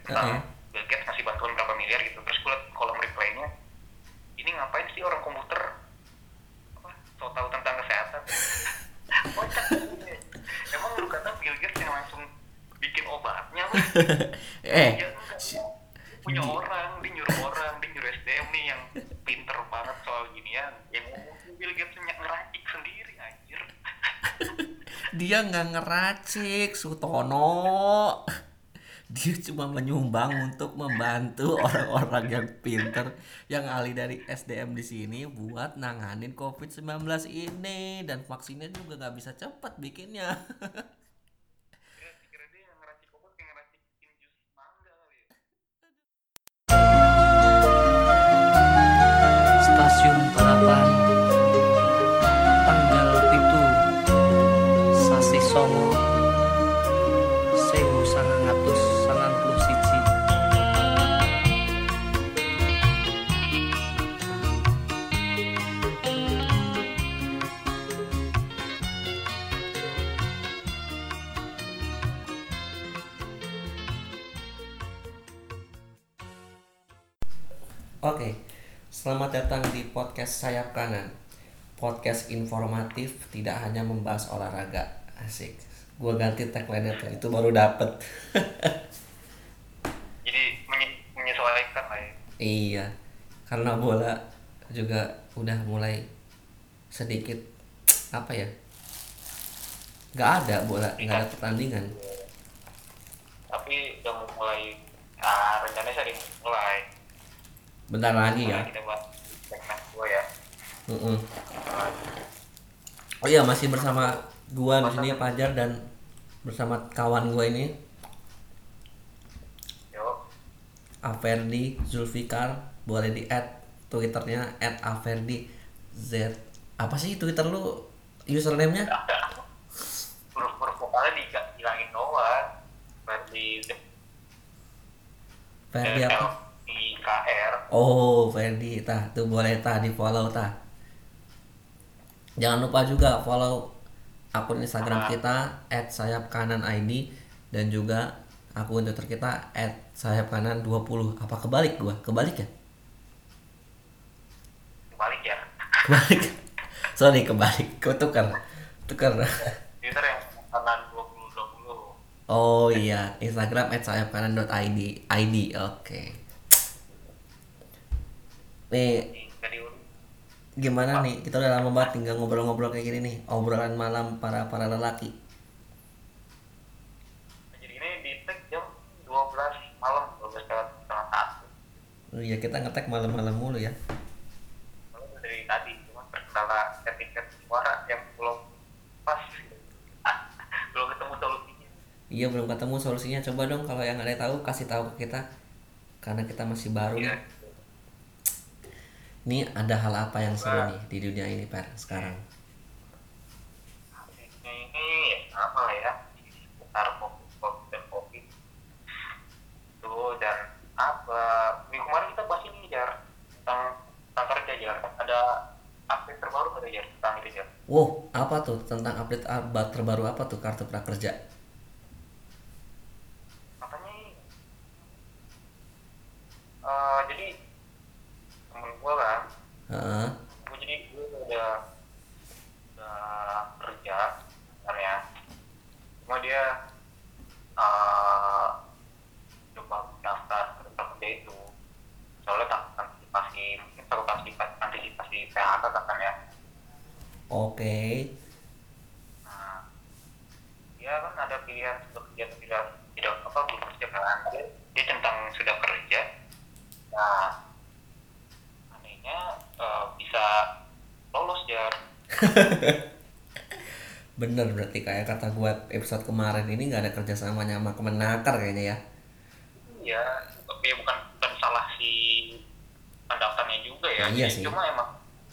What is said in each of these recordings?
Heeh. Bill Gates ngasih bantuan berapa miliar gitu. Terus gue liat kolom reply-nya, ini ngapain sih orang komputer apa so tahu tentang kesehatan. Kocak gitu. Emang lu kata Bill Gates yang langsung bikin obatnya apa? eh Ya enggak, si- dia punya di orang, dia nyuruh SDM nih yang pinter banget soal ginian. Yang ngomong Bill Gates ngeracik sendiri anjir. dia nggak ngeracik Sutono. Dia cuma menyumbang untuk membantu orang-orang yang pinter yang ahli dari SDM di sini buat nanganin COVID-19 ini, dan vaksinnya juga nggak bisa cepat bikinnya. Dikira dia yang ngeracik obat kayak ngeracik bikin jus mangga kali ya. Stasiun Parapan tanggal pitu Sasi Songo 1991. Oke, selamat datang di podcast Sayap Kanan. Podcast informatif, tidak hanya membahas olahraga. Asik. Gua ganti tagline tuh, itu baru dapet. Jadi menyesuaikan lah ya. Iya, karena bola juga udah mulai sedikit apa ya? Nggak ada bola, nggak ada Tingkat. pertandingan. Tapi udah mau mulai rencananya sering mulai. Bentar lagi ya. Kita bahas segmen 2 ya. Mm-mm. Oh iya, masih bersama gua di sini Masa Fajar, dan bersama kawan gua ini yuk. Averdi Zulfikar. Boleh di add twitternya @averdi z. Apa sih twitter lu, username-nya? Huruf-huruf vokalnya dihilangin doang. Berarti Ferdi apa? LIKR. Oh, Ferdi, tah tuh boleh tah di follow tah. Jangan lupa juga follow akun Instagram kita @sayapkananid, dan juga akun Twitter kita @sayapkanan20. Apa kebalik gua? Kebalik ya? Balik ya. Kebalik. Sorry, kebalik. Gua tukar. Tukar. Twitter yang kanan 2020. Oh iya, Instagram @sayapkanan.id. ID. Oke. Nih, Jadi gimana nih? Kita udah lama banget tinggal ngobrol-ngobrol kayak gini nih. Obrolan malam para lelaki. jadi ini di tag jam 12 malam, 12 lewat setengah satu. Oh iya, kita ngetek malam-malam mulu ya. Lalu dari tadi cuma terkendala etiket suara yang belum pas. Belum ketemu solusinya. Iya, belum ketemu solusinya. Coba dong kalau yang ada tahu kasih tahu ke kita, karena kita masih baru Iya. nih. Ini ada hal apa yang seru Nah, nih di dunia ini Per sekarang? ini ya apa lah ya, seputar COVID dan COVID itu. Dan apa, minggu kemarin kita bahas ini Jar, tentang kerja Jar. Ada update terbaru nggak Jar tentang itu Jar? Wow, apa tuh tentang update terbaru apa tuh kartu prakerja? Katanya jadi temen gue kan, Heeh. gue udah kerja sebenarnya. Cuma dia uh, coba daftar kerja itu soalnya tak antisipasi, mungkin takut antisipasi PHK kan ya. Oke. Nah, dia kan ada pilihan sudah kerja atau tidak apa belum kerja kan. Dia tentang sudah kerja. Nah, anehnya bisa lolos ya. Bener, berarti kayak kata gua episode kemarin ini nggak ada kerjasamanya sama Kemenaker kayaknya ya. Iya, ya bukan salah si pendaftarnya juga ya. Nah, iya sih. Cuma emang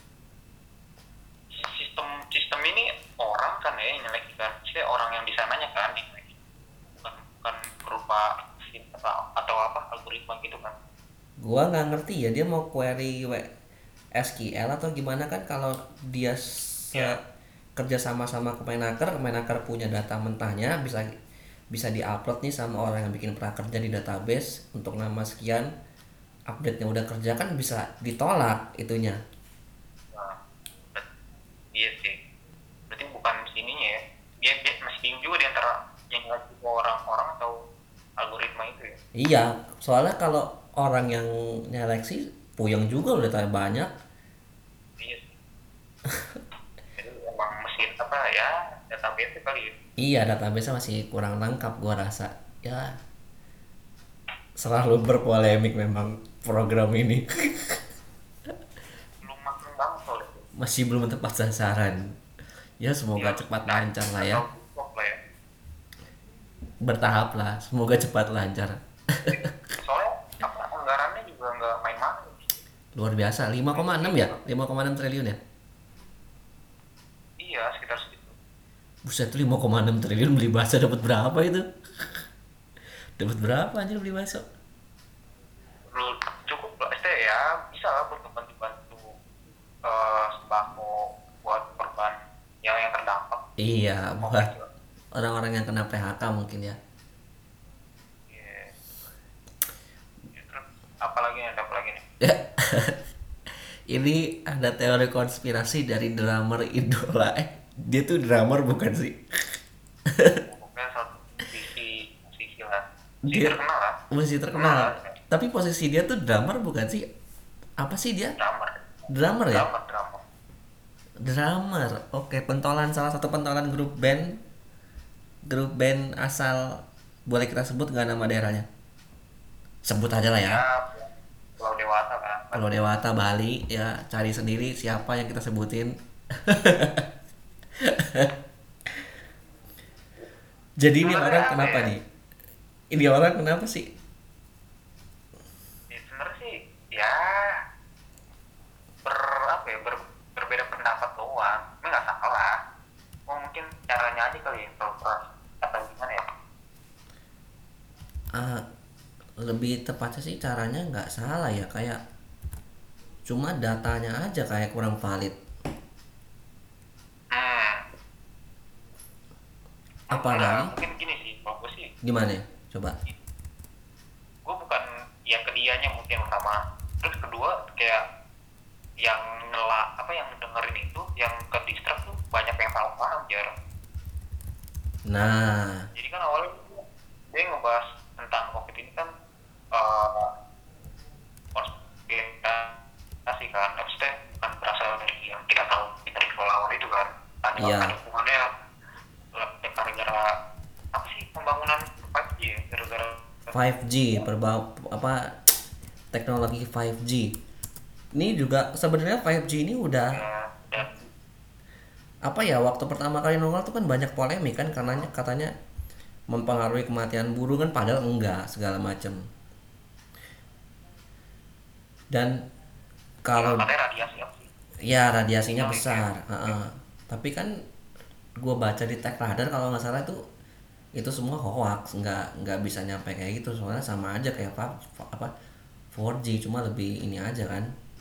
sistem ini orang kan ya yang nyeleksikan. Maksudnya orang yang di sananya kan yang nyeleksi. Bukan berupa atau apa algoritma gitu kan. Gua nggak ngerti ya, dia mau query SQL atau gimana, kan kalau dia Ya, kerja sama Kemenaker punya data mentahnya, bisa bisa diupload nih sama orang yang bikin prakerja di database untuk nama sekian, update-nya udah kerja kan bisa ditolak itunya. Nah, iya sih. Berarti bukan sininya ya. Dia masih bingung juga di antara yang ngasih ke orang-orang atau algoritma itu ya. Iya, soalnya kalau orang yang nyeleksi puyeng juga udah tanya banyak. Iya sih. Jadi emang mesin apa ya, database kali ya. Iya, database masih kurang lengkap gua rasa. Ya, selalu berpolemik memang program ini. Belum matang banget soalnya. Masih belum tepat sasaran. Ya semoga cepat lancar lah ya. Atau blok lah ya. Bertahap lah, semoga cepat lancar. Soalnya apa anggarannya juga nggak main-main. Luar biasa, 5,6 ya? 5,6 triliun ya? Iya, sekitar segitu. Buset, 5,6 triliun beli bakso dapat berapa itu? Dapat berapa anjir beli bakso? Lu cukup lah, ya bisa lah buat bantu sembako buat korban yang terdampak. Iya, buat orang-orang yang kena PHK mungkin ya. Iya. Ya, terus apalagi nih? Ini ada teori konspirasi dari drummer idola. Dia tuh drummer bukan sih? Pokoknya satu sisi lah. Dia Terkenal lah. masih terkenal. Tapi posisi dia tuh drummer bukan sih? Apa sih dia? Drummer. Drummer ya? Drummer. Drummer. Oke, salah satu pentolan grup band asal, boleh kita sebut nggak nama daerahnya? Sebut aja lah ya. Ya, Pulau Dewata kan. Kalau Dewata Bali ya, cari sendiri siapa yang kita sebutin. Jadi ini Sebenarnya orang apa kenapa ya? nih? Ini orang kenapa sih? Ya, sebenarnya sih ya berbeda pendapat doang. Ini nggak salah. Oh, mungkin caranya aja kali ya, kalau apa gimana ya? Ah, lebih tepatnya sih caranya nggak salah ya, kayak cuma datanya aja kayak kurang valid. Apalagi Mungkin gini sih, kalau gue sih, gimana ya? Coba. gue bukan yang kedianya mungkin pertama. Terus kedua kayak yang yang dengerin itu, yang ke distract tuh banyak yang salah paham jar. Nah, Jadi kan awalnya dia ngebahas tentang COVID ini kan uh, konspirasi kan, maksudnya bukan berasal dari yang kita tahu dari awal itu kan. Iya. Ada hubungannya gara-gara apa sih pembangunan 5G ya, gara-gara 5G teknologi 5G. Ini juga sebenarnya 5G ini udah dan waktu pertama kali nongol tuh kan banyak polemik kan, karena katanya mempengaruhi kematian burung kan, padahal enggak, segala macam. Dan kalau katanya radiasi apa sih? ya radiasinya besar, tapi kan gue baca di Tech Radar kalau nggak salah itu semua hoax, nggak bisa nyampe kayak gitu, soalnya sama aja kayak 4G, cuma lebih ini aja kan.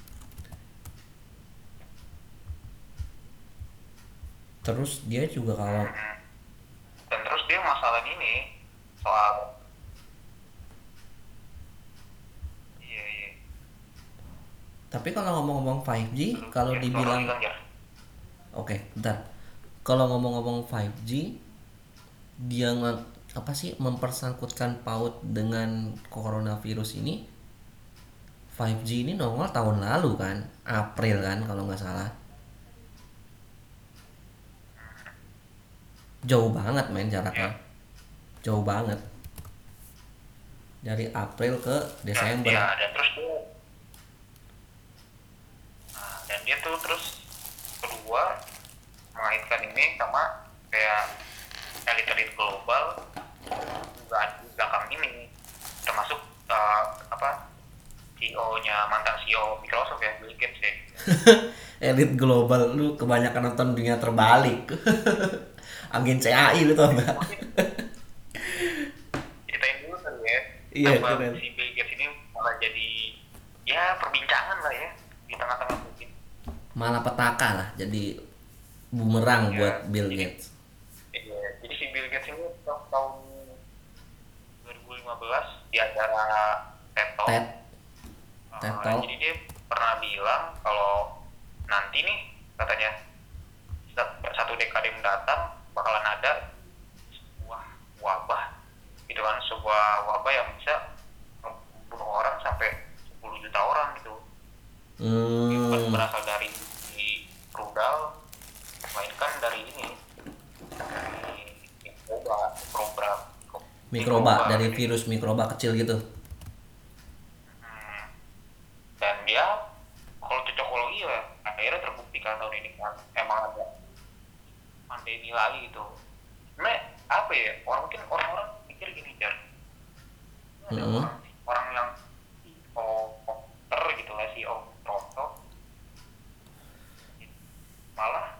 Terus dia juga kalau Dan terus dia masalah ini soal iya. tapi kalau ngomong-ngomong 5G, kalau Ya, dibilang soal kan, oke, bentar. Kalau ngomong-ngomong 5G, dia mempersangkutkan paut dengan coronavirus ini. 5G ini nongol tahun lalu kan, April kan kalau nggak salah. Jauh banget main jaraknya, jauh banget dari April ke Desember. Ya, dan dia tuh terus kedua mengaitkan ini sama kayak elit-elit global juga di belakang ini, termasuk mantan CEO Microsoft ya, Bill Gates ya. Elit global, lu kebanyakan nonton Dunia Terbalik. Angin CAI lu tau nggak? Ceritain dulu kali ya. Iya, Apa keren. si Bill Gates ini malah jadi ya perbincangan lah ya di tengah-tengah publik. Malah petaka lah, jadi bumerang Ya, buat Bill jadi- Gates. Iya, jadi si Bill Gates ini tahun 2015 di acara TED Talk. TED TED Talk. Jadi dia pernah bilang kalau nanti nih katanya satu dekade mendatang bakalan ada sebuah wabah gitu kan, sebuah wabah yang bisa membunuh orang sampai 10 juta orang gitu. Bukan berasal dari rudal, melainkan dari ini, dari Mikroba dari virus mikroba kecil gitu. Dan dia kalau cocokologi ya akhirnya terbuktikan tahun ini kan emang ada pandemi lagi gitu. Sebenarnya apa ya, mungkin orang-orang pikir gini Jar, ada orang yang dokter gitu lah, CEO Pronto malah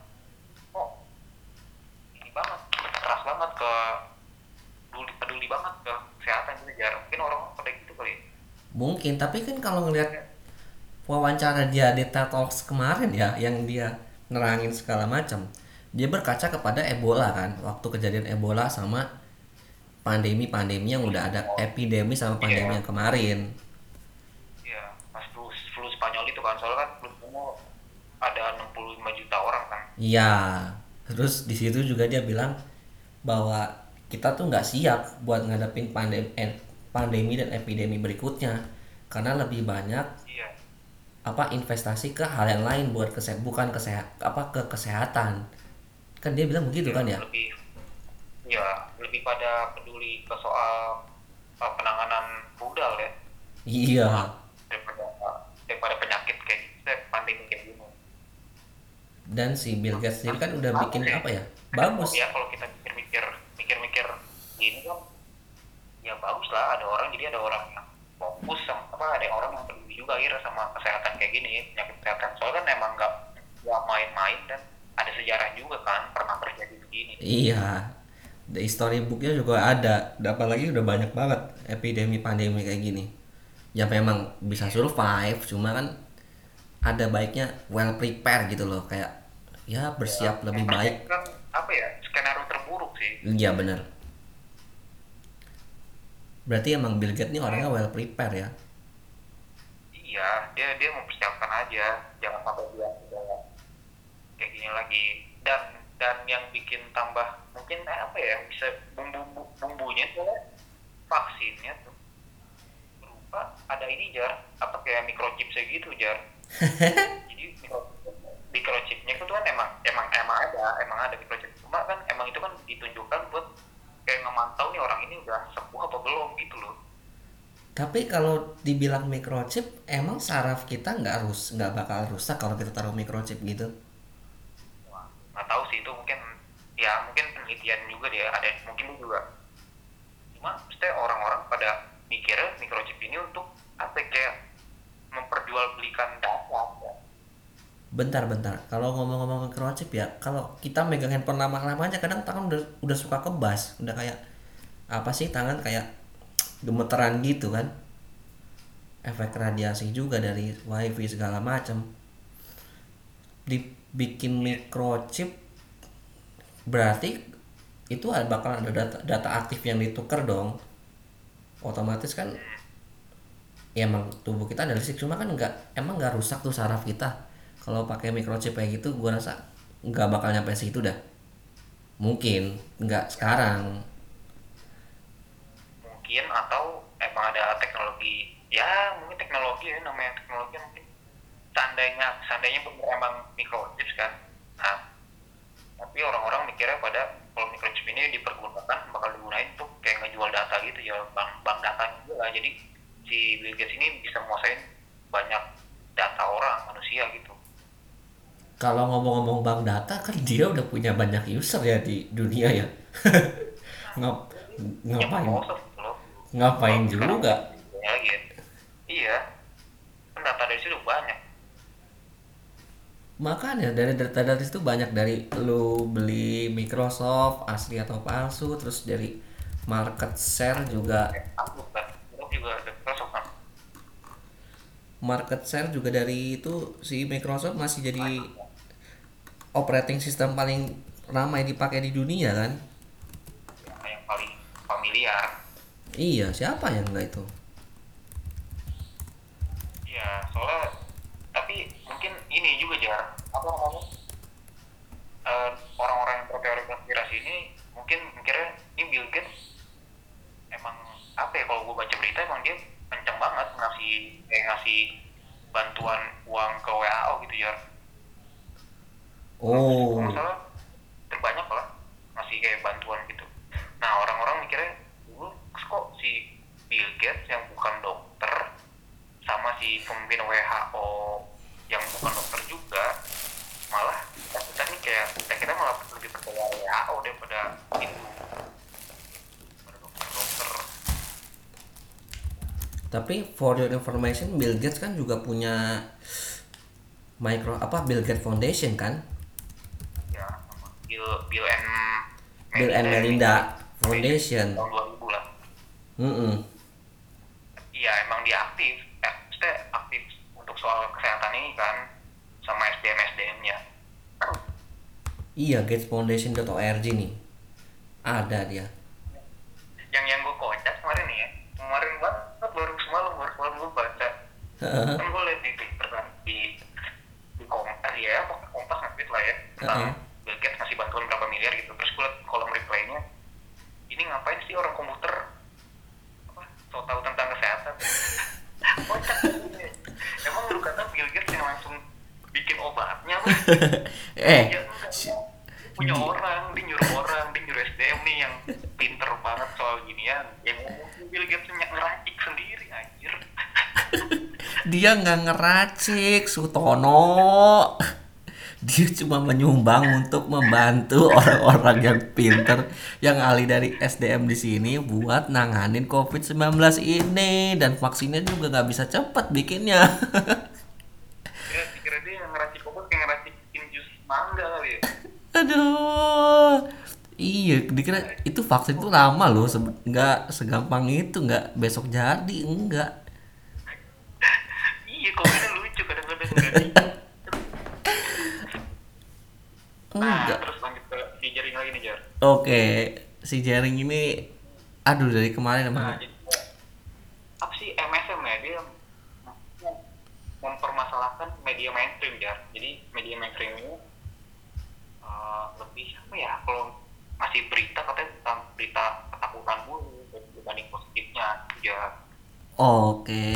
ini banget, keras banget ke peduli banget ke kesehatan gitu Jar. Mungkin orang pada gitu kali ya. Mungkin, tapi kan kalau ngelihat wawancara dia di TED Talks kemarin ya, yang dia nerangin segala macam, dia berkaca kepada Ebola kan, waktu kejadian Ebola sama pandemi yang udah ada, epidemi sama pandemi yang kemarin. Iya, pas flu Spanyol itu kan, soalnya kan flu Spanyol ada 65 juta orang kan. Iya, terus di situ juga dia bilang bahwa kita tuh nggak siap buat ngadepin pandemi dan epidemi berikutnya, karena lebih banyak Iya. investasi ke hal yang lain buat bukan ke kesehatan. Kan dia bilang begitu kan ya? Lebih pada peduli ke soal penanganan rudal ya. Iya. Daripada penyakit kayak gitu, pandemi kayak gini. Dan si Bill Gates sendiri kan udah bikin apa ya? Bagus. Ya kalau kita mikir gini kan, ya bagus lah, ada orang yang fokus sama ada orang yang peduli juga akhirnya sama kesehatan kayak gini, penyakit kesehatan. Soalnya kan emang nggak main-main dan ada sejarah juga kan pernah terjadi begini. Iya. The storybooknya juga ada. Apalagi udah banyak banget epidemi pandemi kayak gini. Ya memang bisa survive, cuma kan ada baiknya well prepare gitu loh, kayak ya bersiap lebih baik. Kan skenario terburuk sih. Iya benar. Berarti emang Bill Gates nih orangnya well prepare ya. Iya, dia mempersiapkan aja, jangan sampai dia kayak gini lagi. Dan yang bikin tambah mungkin bisa bumbunya tuh vaksinnya tuh berupa ada ini Jar, kayak microchip segitu Jar. Jadi microchipnya itu kan emang ada microchip, cuma kan emang itu kan ditunjukkan buat kayak ngemantau nih orang ini udah sembuh apa belum gitu loh. Tapi kalau dibilang microchip, emang saraf kita nggak bakal rusak kalau kita taruh microchip gitu? Nggak tahu sih, itu mungkin penelitian juga dia ada, mungkin juga. Cuma mesti orang-orang pada mikirnya microchip ini untuk kayak memperjualbelikan data ya. Bentar. Kalau ngomong-ngomong microchip ya, kalau kita megang handphone lama-lama aja kadang tangan udah suka kebas, udah kayak tangan kayak gemeteran gitu kan. Efek radiasi juga dari wifi segala macam. Dibikin microchip berarti itu bakal ada data aktif yang ditukar dong. Otomatis kan ya emang tubuh kita ada listrik, cuma kan nggak rusak tuh saraf kita. Kalau pakai microchip kayak gitu, gua rasa nggak bakal nyampe situ dah. Mungkin nggak sekarang. Mungkin atau emang ada teknologi, ya mungkin teknologi ya, namanya teknologi mungkin seandainya bener emang microchip kan. Nah, tapi orang-orang mikirnya pada kalau microchip ini dipergunakan bakal digunain untuk kayak ngejual data gitu ya, bank data juga. Jadi si Bill Gates ini bisa menguasain banyak data orang manusia gitu. Kalau ngomong-ngomong bank data kan dia udah punya banyak user ya di dunia ya. Ngapain juga? Iya, kan data dari situ banyak. Makanya dari data situ banyak, dari lu beli Microsoft asli atau palsu, terus dari market share juga. Market share juga dari itu, si Microsoft masih jadi operating system paling ramai dipakai di dunia kan. Yang paling familiar. Iya, siapa yang enggak itu? Iya, soalnya tapi mungkin ini juga jar apa namanya orang-orang yang pro teori konspirasi ini mungkin mikirnya ini Bill Gates emang apa ya, kalau gue baca berita emang dia kenceng banget ngasih bantuan uang ke WHO gitu ya. Kalau nggak Oh, salah terbanyak lah ngasih kayak bantuan gitu. Nah orang-orang mikirnya dulu kok si Bill Gates yang bukan dokter sama si pemimpin WHO yang bukan dokter juga malah kita nih kayak kita malah lebih percaya WHO daripada itu, daripada dokter-dokter. tapi for your information, Bill Gates kan juga punya Bill Gates Foundation kan? Ya sama Bill and Bill and Melinda Foundation. tahun 2000 lah. Mm-mm. Iya emang dia aktif, maksudnya aktif untuk soal kesehatan ini kan sama SDM-nya. Iya, gatesfoundation.org nih. Ada dia. Yang gue kocak kemarin nih ya, kemarin banget baru semalam gue baca. Kan gue liat di Twitter kan, di Kompas ya, pokoknya Kompas nge-tweet lah ya tentang Bill Gates ngasih bantuan berapa miliar gitu. Terus gue liat kolom reply-nya, ini ngapain sih orang komputer apa so tahu tentang kesehatan. Kocak ini. Emang lu kata Bill Gates yang langsung bikin obatnya apa? Eh, Ya enggak, dia punya orang, dia nyuruh SDM nih yang pinter banget soal ginian, yang ngomong Bill Gates ngeracik sendiri anjir. dia nggak ngeracik, Sutono. Dia cuma menyumbang untuk membantu orang-orang yang pinter, yang ahli dari SDM di sini buat nanganin COVID-19 ini, dan vaksinnya juga nggak bisa cepat bikinnya. Ya dikira dia yang ngeracik obat kayak ngeracikin jus mangga kali ya. Aduh. Iya, dikira itu vaksin tuh lama loh, nggak segampang itu, nggak besok jadi, enggak. Iya komennya lucu kadang-kadang nggak sih. Nah Enggak. terus lanjut ke si jaring lagi nih Jar. Oke, si Jaring ini, aduh, dari kemarin Nah emang. jadi apa sih MSM ya, dia mempermasalahkan media mainstream Jar. Jadi media mainstream ini lebih apa ya, kalau ngasih berita katanya tentang berita ketakutan mulu dibanding positifnya ya. Oke,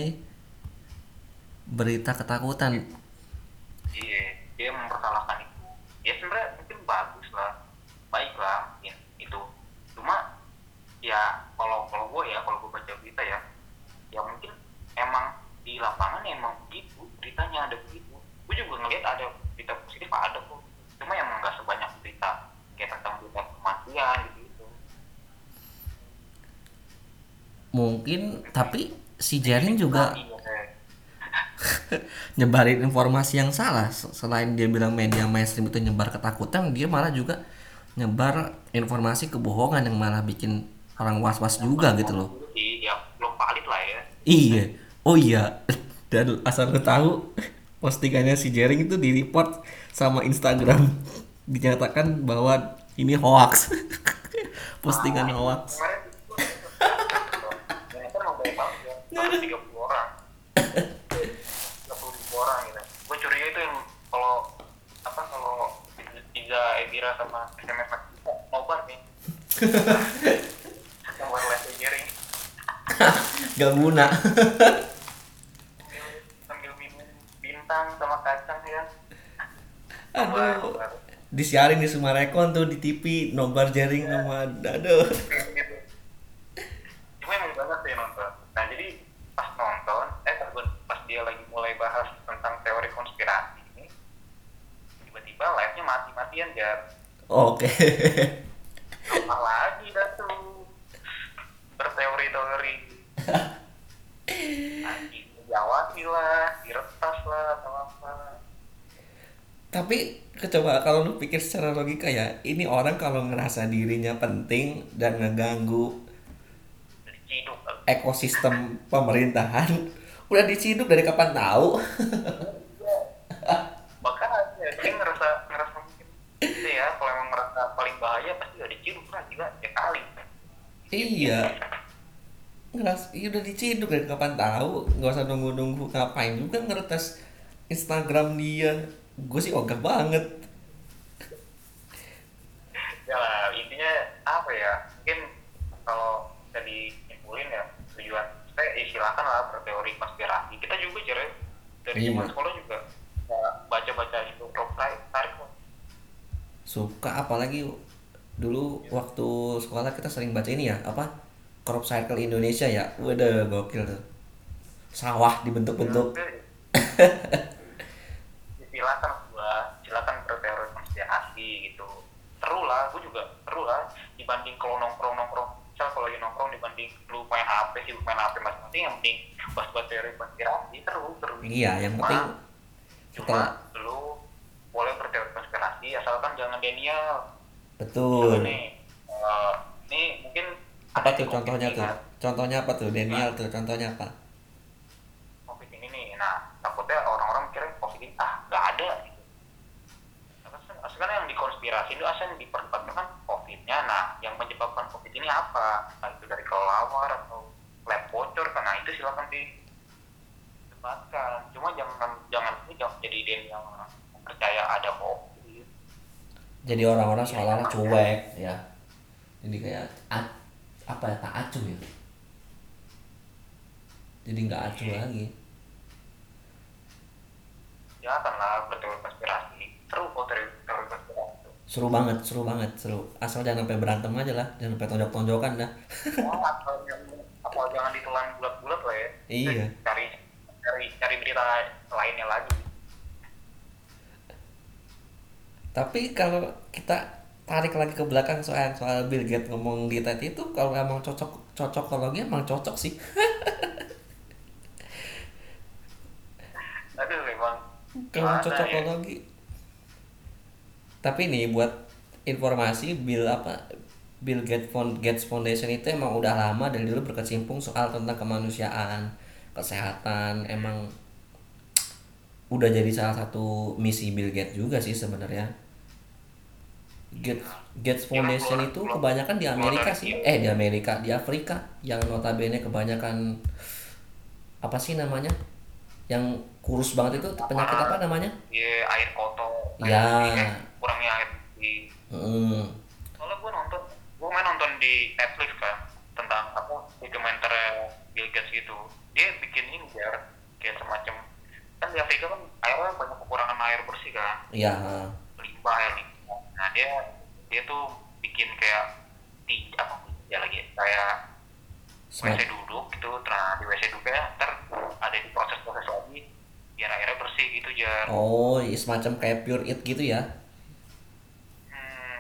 berita ketakutan. Iya dia mempersalahkan itu. Ya sebenarnya mungkin bagus lah, baik lah ya itu. Cuma ya kalau gue baca berita ya, ya mungkin emang di lapangan emang begitu beritanya, ada begitu. Gue juga ngeliat ada berita positif ada kok, cuma emang nggak sebanyak berita kayak tentang berita kematian gitu. Mungkin, tapi si Jaring juga Iya, nyebarin informasi yang salah. Selain dia bilang media mainstream itu nyebar ketakutan, dia malah juga nyebar informasi kebohongan yang malah bikin orang was-was juga gitu loh. sih ya belum valid lah ya. Iya. Oh iya. Dan asal lu tahu, postingannya si Jaring itu di report sama Instagram. Dinyatakan bahwa ini hoax. Postingan hoax. Kemarin itu ternyata emang banyak banget ya, sampai 30 orang, 30.000 orang gitu. Gue curiga itu yang kalau Iza Ebira sama SMS Max nobar nih, nobar level jaring Gak guna. sambil minum bintang sama kacang ya. Aduh. Disiarin di Sumarekon tuh di TV, nobar Jaring sama aduh. Gitu. Cuma emang banget sih nonton. Nah jadi pas nonton, pas dia lagi mulai bahas tentang teori konspirasi ini, tiba-tiba live-nya mati-matian ya. Oke. Apa lagi dah tuh berteori-teori, anjing dijawati lah, diretas lah atau apa. Tapi coba kalau lu pikir secara logika ya, ini orang kalau ngerasa dirinya penting dan ngeganggu Jadi ciduk kan. ekosistem pemerintahan, udah diciduk dari kapan tahu? Bahkan dia ngerasa mungkin gitu ya, kalau emang ngerasa paling bahaya pasti udah diciduk lah, gila ya kali. Iya. iya udah diciduk dari kapan tahu, nggak usah nunggu-nunggu, ngapain juga ngeretes Instagram dia. Gue sih ogah banget. Ya lah, intinya apa ya, mungkin kalau bisa disimpulin ya, tujuan saya silakan lah berteori konspirasi. Kita juga cerai dari zaman Iya, sekolah juga ya, baca-baca itu Rob tarik kok. suka apalagi dulu waktu sekolah kita sering baca ini ya, apa? Crop Circle Indonesia ya. Waduh, gokil tuh. Sawah Ya, dibentuk-bentuk. silakan gua silakan berteori konspirasi gitu, seru lah, gua juga seru lah dibanding kalau nongkrong misal kalau lagi nongkrong dibanding lu main HP sih, main HP masing-masing, yang penting bahas-bahas teori konspirasi seru Iya, yang penting cuma setelah lu boleh berteori konspirasi asalkan jangan Daniel. Misalkan betul. nih ini mungkin Apa ada di tuh COVID contohnya ini tuh? kan, Contohnya apa tuh? Daniel tuh contohnya apa? COVID ini nih, nah takutnya orang-orang mikirnya COVID ini nggak ada gitu. Asalkan yang dikonspirasi itu asal yang diperdebatkan kan COVID-nya. Nah, yang menyebabkan COVID ini apa? Nah, itu dari kelelawar atau lab bocor, karena itu silakan didebatkan. Cuma jangan jadi den yang percaya ada COVID. Jadi orang-orang Iya, seolah-olah emang ya. cuek ya. Jadi kayak apa ya, tak acuh ya. Jadi nggak acuh Iya, lagi. janganlah berteori konspirasi. Seru kok teori konspirasi. Seru banget, seru banget, seru. Asal jangan sampai berantem aja lah, jangan sampai tonjok-tonjokan dah. Oh, atau jangan ditelan bulat-bulat lah ya. Kita Iya. cari berita lainnya lagi. Tapi kalau kita tarik lagi ke belakang soal soal Bill Gates ngomong di TED itu, kalau emang cocokologi emang cocok sih. Aduh, memang Kalau gimana ya. cocokologi. Tapi nih buat informasi, Gates Foundation itu emang udah lama dari dulu berkecimpung soal tentang kemanusiaan, kesehatan, emang udah jadi salah satu misi Bill Gates juga sih sebenarnya. Gates, Gates Ya kan Foundation itu kebanyakan di keluar Amerika dari sih, dia. di Amerika, di Afrika, yang notabene kebanyakan apa sih namanya, yang kurus banget itu penyakit apa namanya? Dia air kotor, air putih, Ya, kurangnya air putih. mm, Soalnya gue main nonton di Netflix kan tentang apa dokumenter Bill Gates gitu. Dia bikin ini biar kayak semacam, kan di Afrika kan airnya banyak kekurangan air bersih kan, ya, limbah air limbah. Nah dia tuh bikin kayak di apa ya lagi kayak WC smart. duduk gitu. Nah di WC duduknya ntar ada di proses-proses lagi biar airnya bersih gitu ya. Oh, iya, semacam kayak Pure It gitu ya. Hmm,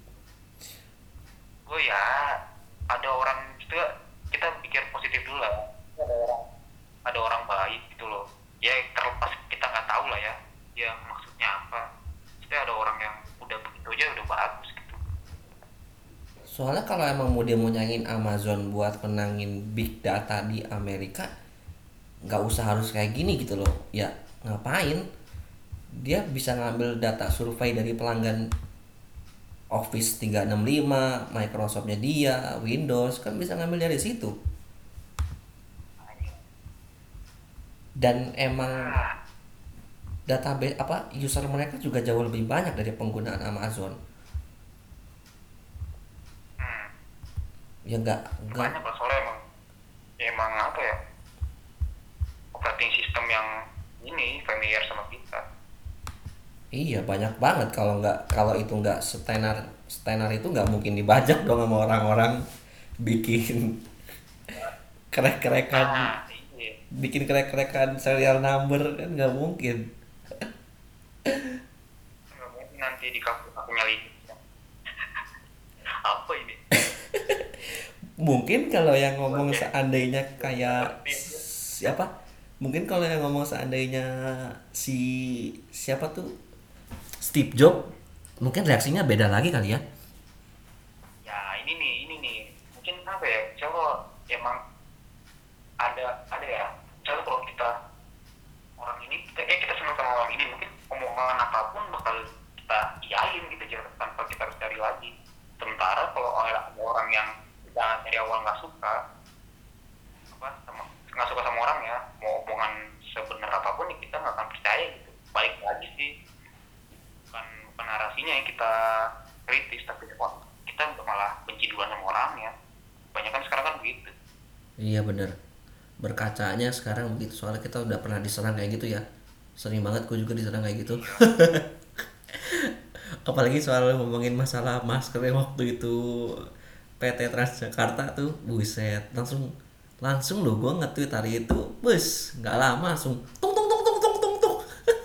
gue ya ada orang juga, kita pikir positif dulu lah. Ada orang baik gitu loh. Ya terlepas kita nggak tahu lah ya. Ya maksudnya apa? Jadi ada orang yang udah begitu aja udah bagus gitu. Soalnya kalau emang dia mau nyanyiin Amazon buat menangin big data di Amerika, nggak usah harus kayak gini gitu loh. Ya ngapain? Dia bisa ngambil data survei dari pelanggan Office 365, Microsoftnya dia, Windows, kan bisa ngambil dari situ. Dan emang Ah, database apa user mereka juga jauh lebih banyak dari penggunaan Amazon. hmm, Ya nggak banyak lah soalnya emang apa ya, operating system yang ini familiar sama kita. iya banyak banget. Kalau itu nggak setenar setenar itu nggak mungkin dibajak dong sama orang-orang bikin krek-krekan Ah iya, bikin krek-krekan serial number kan nggak mungkin. nggak mungkin nanti di kampus aku nyali apa ini. Mungkin kalau yang ngomong Oke. seandainya kayak siapa, mungkin kalau yang ngomong seandainya si siapa tuh, Steve Jobs, mungkin reaksinya beda lagi kali ya. Ya ini nih mungkin apa ya, coba emang ada ya, coba kalau kita orang ini kita senang sama orang ini, mungkin omongan apapun bakal kita iyain gitu aja tanpa kita harus cari lagi. Sementara kalau ada orang yang kita dari awal nggak suka, Iya bener. Berkacanya sekarang begitu, soalnya kita udah pernah diserang kayak gitu ya. Sering banget gue juga diserang kayak gitu. Iya. Apalagi soal ngomongin masalah masker yang waktu itu PT Transjakarta tuh, buset, langsung langsung loh gue nge-tweet hari itu, bus nggak lama langsung tung tung tung tung tung tung tung.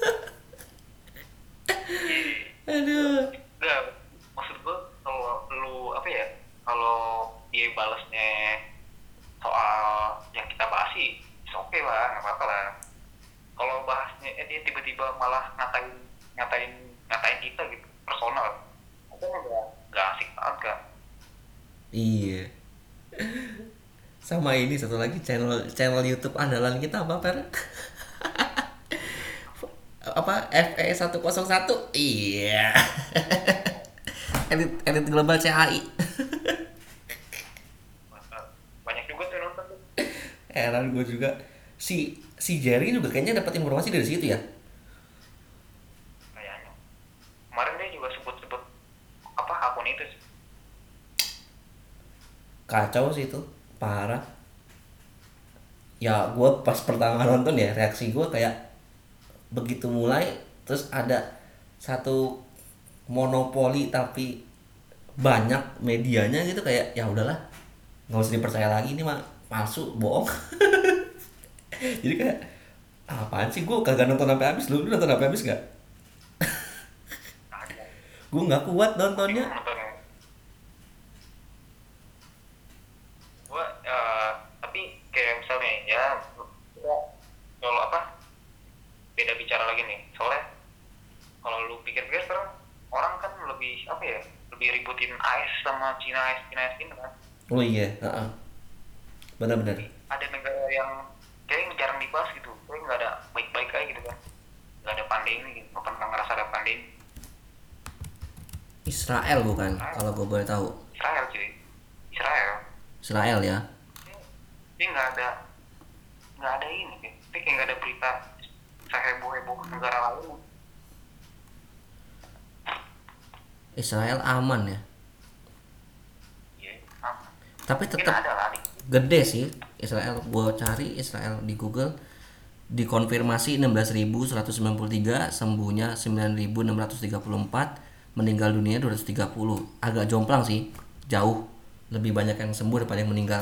Iya. Aduh. Enggak, maksud gue kalau lu apa ya, kalau dia balasnya soal yang kita bahas sih oke lah, nggak apa-apa lah. Kalau bahasnya dia tiba-tiba malah ngatain ngatain ngatain kita gitu personal, itu nggak asik banget kan. Iya. Sama ini satu lagi, channel channel YouTube andalan kita apa per? Apa FE101? Iya. Edit global CAI. Banyak juga tuh nonton tuh. Heran gue juga. Si Jerry juga kayaknya dapat informasi dari situ ya. Kayaknya kemarin dia juga sebut-sebut apa akun itu sih. Kacau sih itu, parah. Ya gue pas pertama nonton ya, reaksi gue kayak begitu mulai terus ada satu monopoli tapi banyak medianya gitu, kayak ya udahlah nggak usah dipercaya lagi, ini mah palsu, bohong. Jadi kayak apaan sih, gue kagak nonton sampai habis. Lu nonton sampai habis nggak? Ada. Gue nggak kuat Bingung nontonnya. nontonnya. Gua tapi kayak misalnya ya kita kalau apa beda bicara lagi nih, soalnya kalau lu pikir-pikir sekarang orang kan lebih apa ya, lebih ributin AS sama Cina, AS Cina kan. Oh iya, benar-benar. Ada negara yang kayak jarang dibahas gitu, kayak nggak ada baik-baik aja gitu kan, nggak ada pandemi gitu, nggak pernah ngerasa ada pandemi. Israel bukan, kalau gue boleh tahu. Israel cuy, Israel Israel ya. dia nggak ada ini kayak nggak ada berita seheboh-heboh negara lain. Israel aman ya. Iya, sama. Tapi Mungkin tetap ada lah nih. gede sih Israel. Gue cari Israel di Google, dikonfirmasi 16.193, sembuhnya 9.634, meninggal dunia 230. Agak jomplang sih, jauh lebih banyak yang sembuh daripada yang meninggal.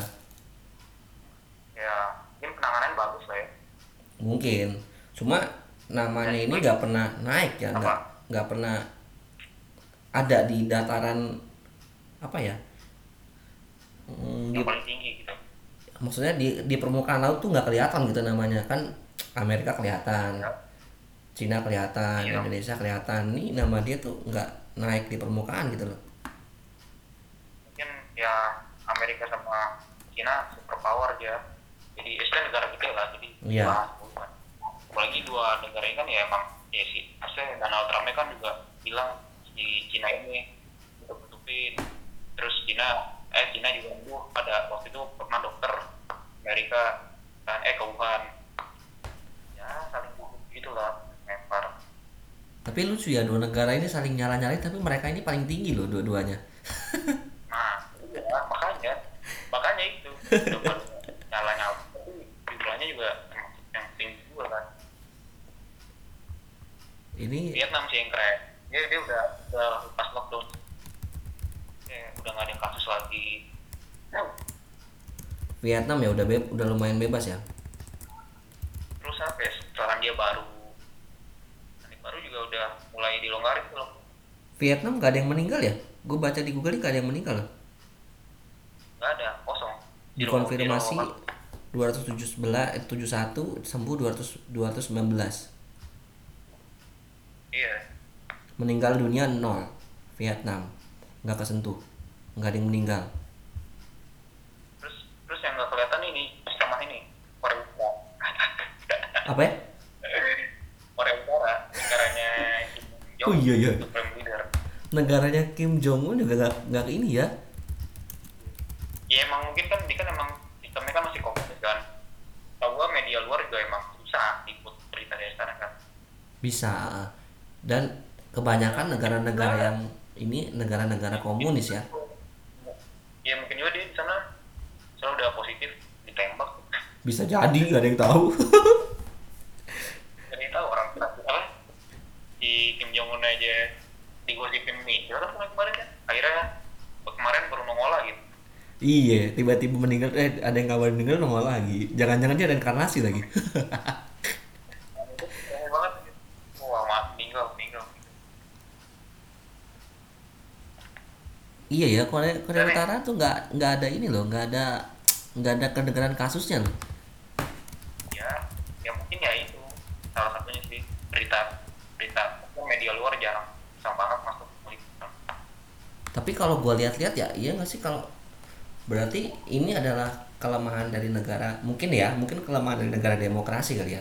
Ya, mungkin penanganan bagus lah ya. Mungkin, cuma namanya ini nggak pernah naik ya, nggak pernah ada di dataran apa ya, di, Yang paling tinggi gitu. maksudnya di permukaan laut tuh nggak kelihatan gitu namanya kan. Amerika kelihatan, Ya. Cina kelihatan, Iya. Indonesia kelihatan. Nih nama dia tuh nggak naik di permukaan gitu loh. Mungkin ya Amerika sama Cina super power aja. Jadi itu kan negara gede lah, jadi Iya. bukan. Apalagi dua negara ini kan ya emang ya sih. Maksudnya Donald Trump kan juga bilang si Cina ini tutup-tutupin. Terus Cina juga pada waktu itu pernah dokter Amerika kan ke Wuhan. Ya saling bunuh gitulah, lempar. Tapi lucu ya, dua negara ini saling nyala-nyalain tapi mereka ini paling tinggi loh dua-duanya. Nah, iya, makanya itu depan nyala-nyala, tapi jumlahnya juga yang tinggi juga kan. Ini Vietnam sih yang keren, dia udah lepas lockdown, udah nggak ada kasus lagi. Vietnam ya udah lumayan bebas ya. Terus apa ya, setelah baru juga udah mulai dilonggarin tuh loh. Vietnam gak ada yang meninggal ya? Gue baca di Google gak ada yang meninggal loh. Nggak ada, kosong. Dikonfirmasi Zero. 271, sembuh 219. Iya. Meninggal dunia 0. Vietnam nggak kesentuh, nggak ada yang meninggal. Terus yang nggak kelihatan ini sama ini Korea Utara. Apa ya? Korea Utara, negaranya Kim Jong. Oh iya. Supreme leader. Negaranya Kim Jong Un juga nggak ini ya. Ya emang mungkin kan dia kan emang sistemnya kan masih komunis kan. Tahu gua media luar juga emang susah ikut berita dari sana kan. Bisa. Dan kebanyakan negara-negara yang ini negara-negara komunis ya. Ya mungkin juga dia di sana selalu udah positif ditembak Bisa jadi gak ada yang tahu. Jadi tahu orang apa di Kim Jong Un aja digosipin media kan kemarin kan. Akhirnya kemarin baru nongol lagi. Iya, tiba-tiba meninggal, ada yang kabar meninggal nongol lagi. Jangan-jangan dia reinkarnasi lagi. Itu keren banget. Wah, meninggal, meninggal. Iya ya, Korea Korea Dan Utara tuh nggak ada ini loh, nggak ada kedengaran kasusnya loh. ya, ya mungkin ya itu salah satunya sih berita berita media luar jarang jarang banget masuk berita. Tapi kalau gue lihat-lihat ya, iya nggak sih, kalau berarti ini adalah kelemahan dari negara, mungkin ya, mungkin kelemahan dari negara demokrasi kali ya.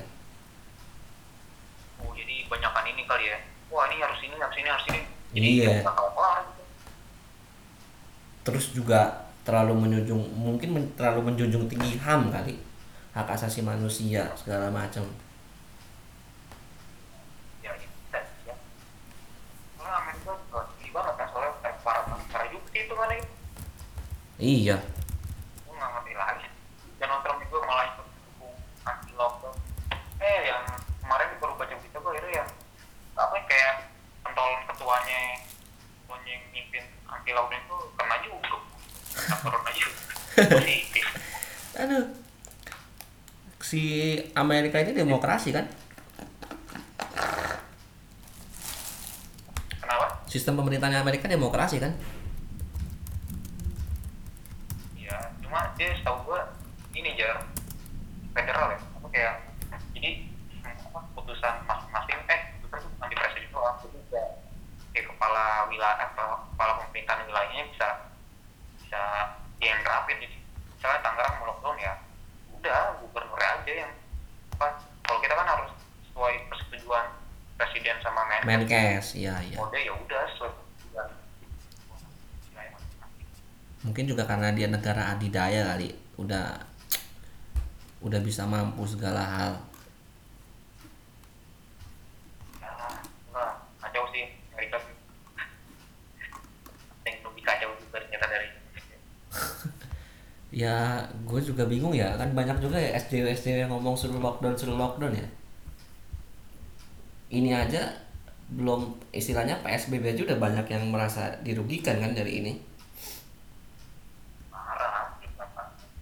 Oh jadi banyakan ini kali ya. Wah ini harus ini harus ini harus ini. Jadi Iya. nggak bakal kelar gitu. Terus juga terlalu menjunjung, mungkin terlalu menjunjung tinggi HAM kali, hak asasi manusia segala macam. Ya bisa ya. Soalnya Amerika juga tinggi banget kan soalnya para juga sih itu kan itu. Iya. Gue nggak ngerti lagi. Donald Trump juga malah ikut dukung anti lockdown. Yang kemarin baru baca berita gue itu yang apa ya, kayak pentolan ketuanya yang mimpin anti lockdown itu kena juga. Kena corona juga. Positif. Aduh. Si Amerika ini demokrasi kan? Kenapa? Sistem pemerintahannya Amerika demokrasi kan? Ya, cuma dia setahu gua ini jar federal ya, apa kayak jadi apa, putusan masing-masing putusan tuh bukan di presiden doang, jadi kayak kepala wilayah atau kepala pemerintahan wilayahnya bisa bisa yang terapin. Jadi misalnya Tangerang mau lockdown ya, udah gubernurnya aja yang apa, kalau kita kan harus sesuai persetujuan presiden sama Menkes. Menkes, iya iya. Mode ya udah sesuai persetujuan wilayah masing-masing. Mungkin juga karena dia negara adidaya kali, udah bisa mampu segala hal. Ya, enggak, kacau sih Amerika sih. Yang lebih kacau juga ternyata dari Indonesia. Ya, gue juga bingung ya, kan banyak juga ya SJW yang ngomong suruh lockdown ya. Ini aja belum, istilahnya PSBB aja udah banyak yang merasa dirugikan kan dari ini. Marah kenapa?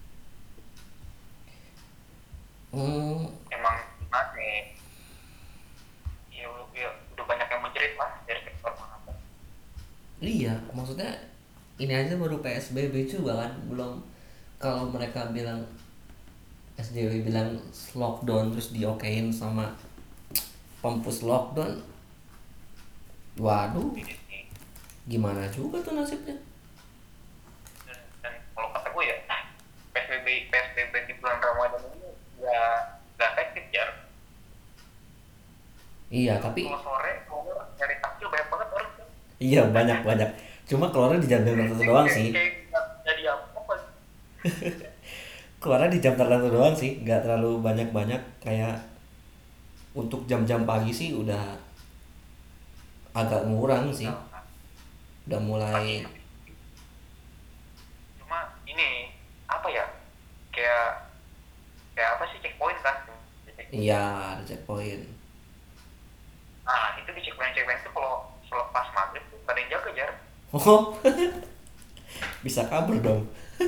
Hmm, Emang gimana nih? Ya, ya udah banyak yang menjerit lah dari sektor manapun. iya, maksudnya ini aja baru PSBB juga kan, belum, kalau mereka bilang SJW bilang lockdown terus diokein sama pempus lockdown, waduh, Jadi sih. gimana juga tuh nasibnya. Dan kalau kata gue ya PSBB di bulan Ramadan ini ya nggak efektif ya. Iya, tapi Kalau sore kalau nyari takjil banyak banget orang tuh. iya banyak, cuma keluarnya di jam tertentu doang sih. Kayak jadi apa? Keluarnya di jam tertentu doang sih, nggak terlalu banyak kayak untuk jam-jam pagi sih udah agak ngurang sih, udah mulai. Cuma ini apa ya, kayak kayak apa sih, checkpoint kan. Iya, ada checkpoint. Nah itu di checkpoint itu kalau selepas maghrib tuh gak ada yang jaga jar. Oh, bisa kabur dong.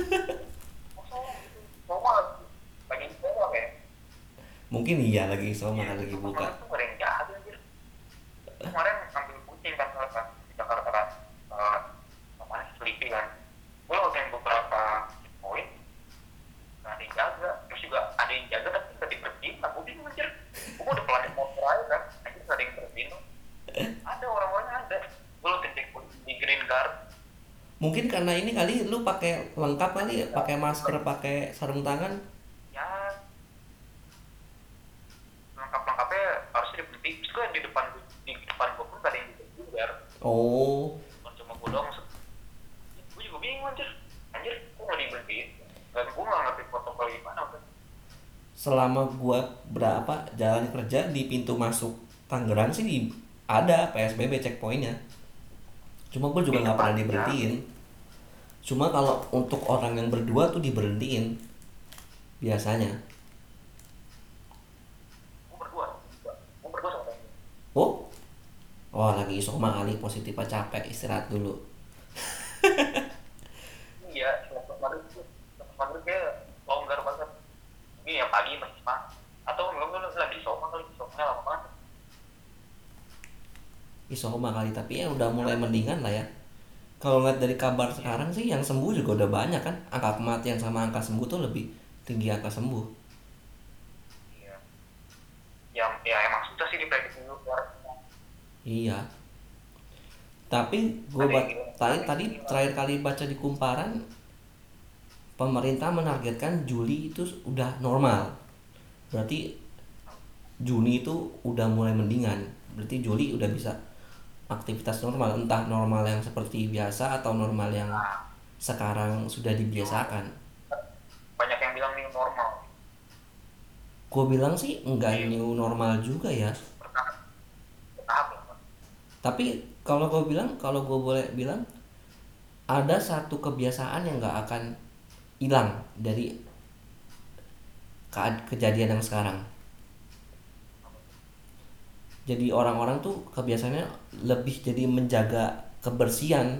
Mau lagi sekolah ya. Mungkin iya lagi sama lagi Pas buka. maghrib tuh gak ada yang jaga anjir. Kemarin ambil kucing kan salah di Jakarta kan, apa Sleepy kan. Gue lakuin beberapa checkpoint gak ada yang jaga. Terus juga ada yang jaga tapi gak diberhentiin. Aku bingung anjir. Gue udah pelan motor aja kan, akhirnya gak ada yang berhentiin. Ada orang-orangnya ada. Gue lakuin checkpoint di Green Guard. Mungkin karena ini kali lu pakai lengkap kali ya, pakai masker, pakai sarung tangan. Ya lengkap-lengkapnya harusnya diberhentiin. Terus gue di depan gue pun gak ada yang diberhentiin. Oh, Bukan cuma gue doang. Gue juga bingung anjir gue gak diberhentiin. Dan gue gak ngerti protokol gimana kan. selama gua berapa jalan kerja di pintu masuk Tangerang sih ada PSBB checkpointnya. Cuma gua juga nggak pernah diberhentiin. Cuma kalau untuk orang yang berdua tuh diberhentiin biasanya. lagi isoma kali, positif capek, istirahat dulu. Iya, kemarin dia longgar banget. Ini ya pagi masih semangat. Atau enggak lagi soma kali, somanya lama banget. Isoma kali, tapi ya udah mulai mendingan lah ya. Kalau ngeliat dari kabar sekarang sih yang sembuh juga udah banyak kan. Angka kematian sama angka sembuh tuh lebih tinggi angka sembuh. Iya. Ya emang susah sih diprediksi dulu keluar. Iya. Tapi gue Ada yang bilang, tadi terakhir kali baca di Kumparan, pemerintah menargetkan Juli itu udah normal. Berarti Juni itu udah mulai mendingan. Berarti Juli udah bisa aktivitas normal, entah normal yang seperti biasa atau normal yang sekarang sudah dibiasakan. banyak yang bilang ini normal. Gue bilang sih enggak new normal juga ya. Bertahap lah. Tapi kalau gue boleh bilang, ada satu kebiasaan yang nggak akan hilang dari kejadian yang sekarang. Jadi orang-orang tuh kebiasaannya lebih jadi menjaga kebersihan,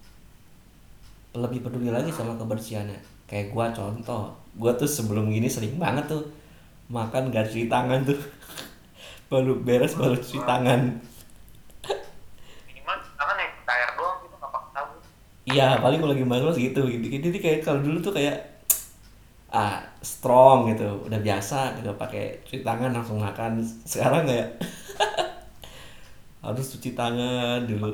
lebih peduli lagi sama kebersihannya. Kayak gue contoh, gue tuh sebelum gini sering banget tuh makan gak cuci tangan tuh. Baru beres baru cuci tangan. Minimal tangan naik air doang gitu nggak pakai sabun. Iya, paling kalau lagi malas gitu. Jadi kayak kalau dulu tuh kayak strong gitu, udah biasa gitu pakai cuci tangan langsung makan. Sekarang kayak harus cuci tangan dulu.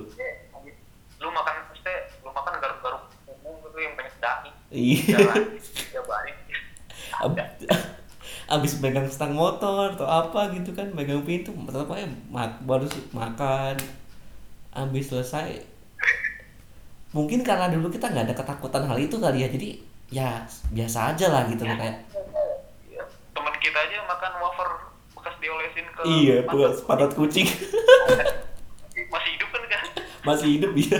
Lu makan garuk-garuk umum gitu yang banyak daging. Iya. Jalan, ya balik. Ab- Abis megang stang motor atau apa gitu kan, megang pintu tetap aja baru makan. Abis selesai, mungkin karena dulu kita nggak ada ketakutan hal itu kali ya, jadi ya biasa aja lah gitu loh kayak. Iya. Temen kita aja makan wafer bekas diolesin ke Iya, pantat. pantat kucing. Masih hidup kan? Masih hidup ya.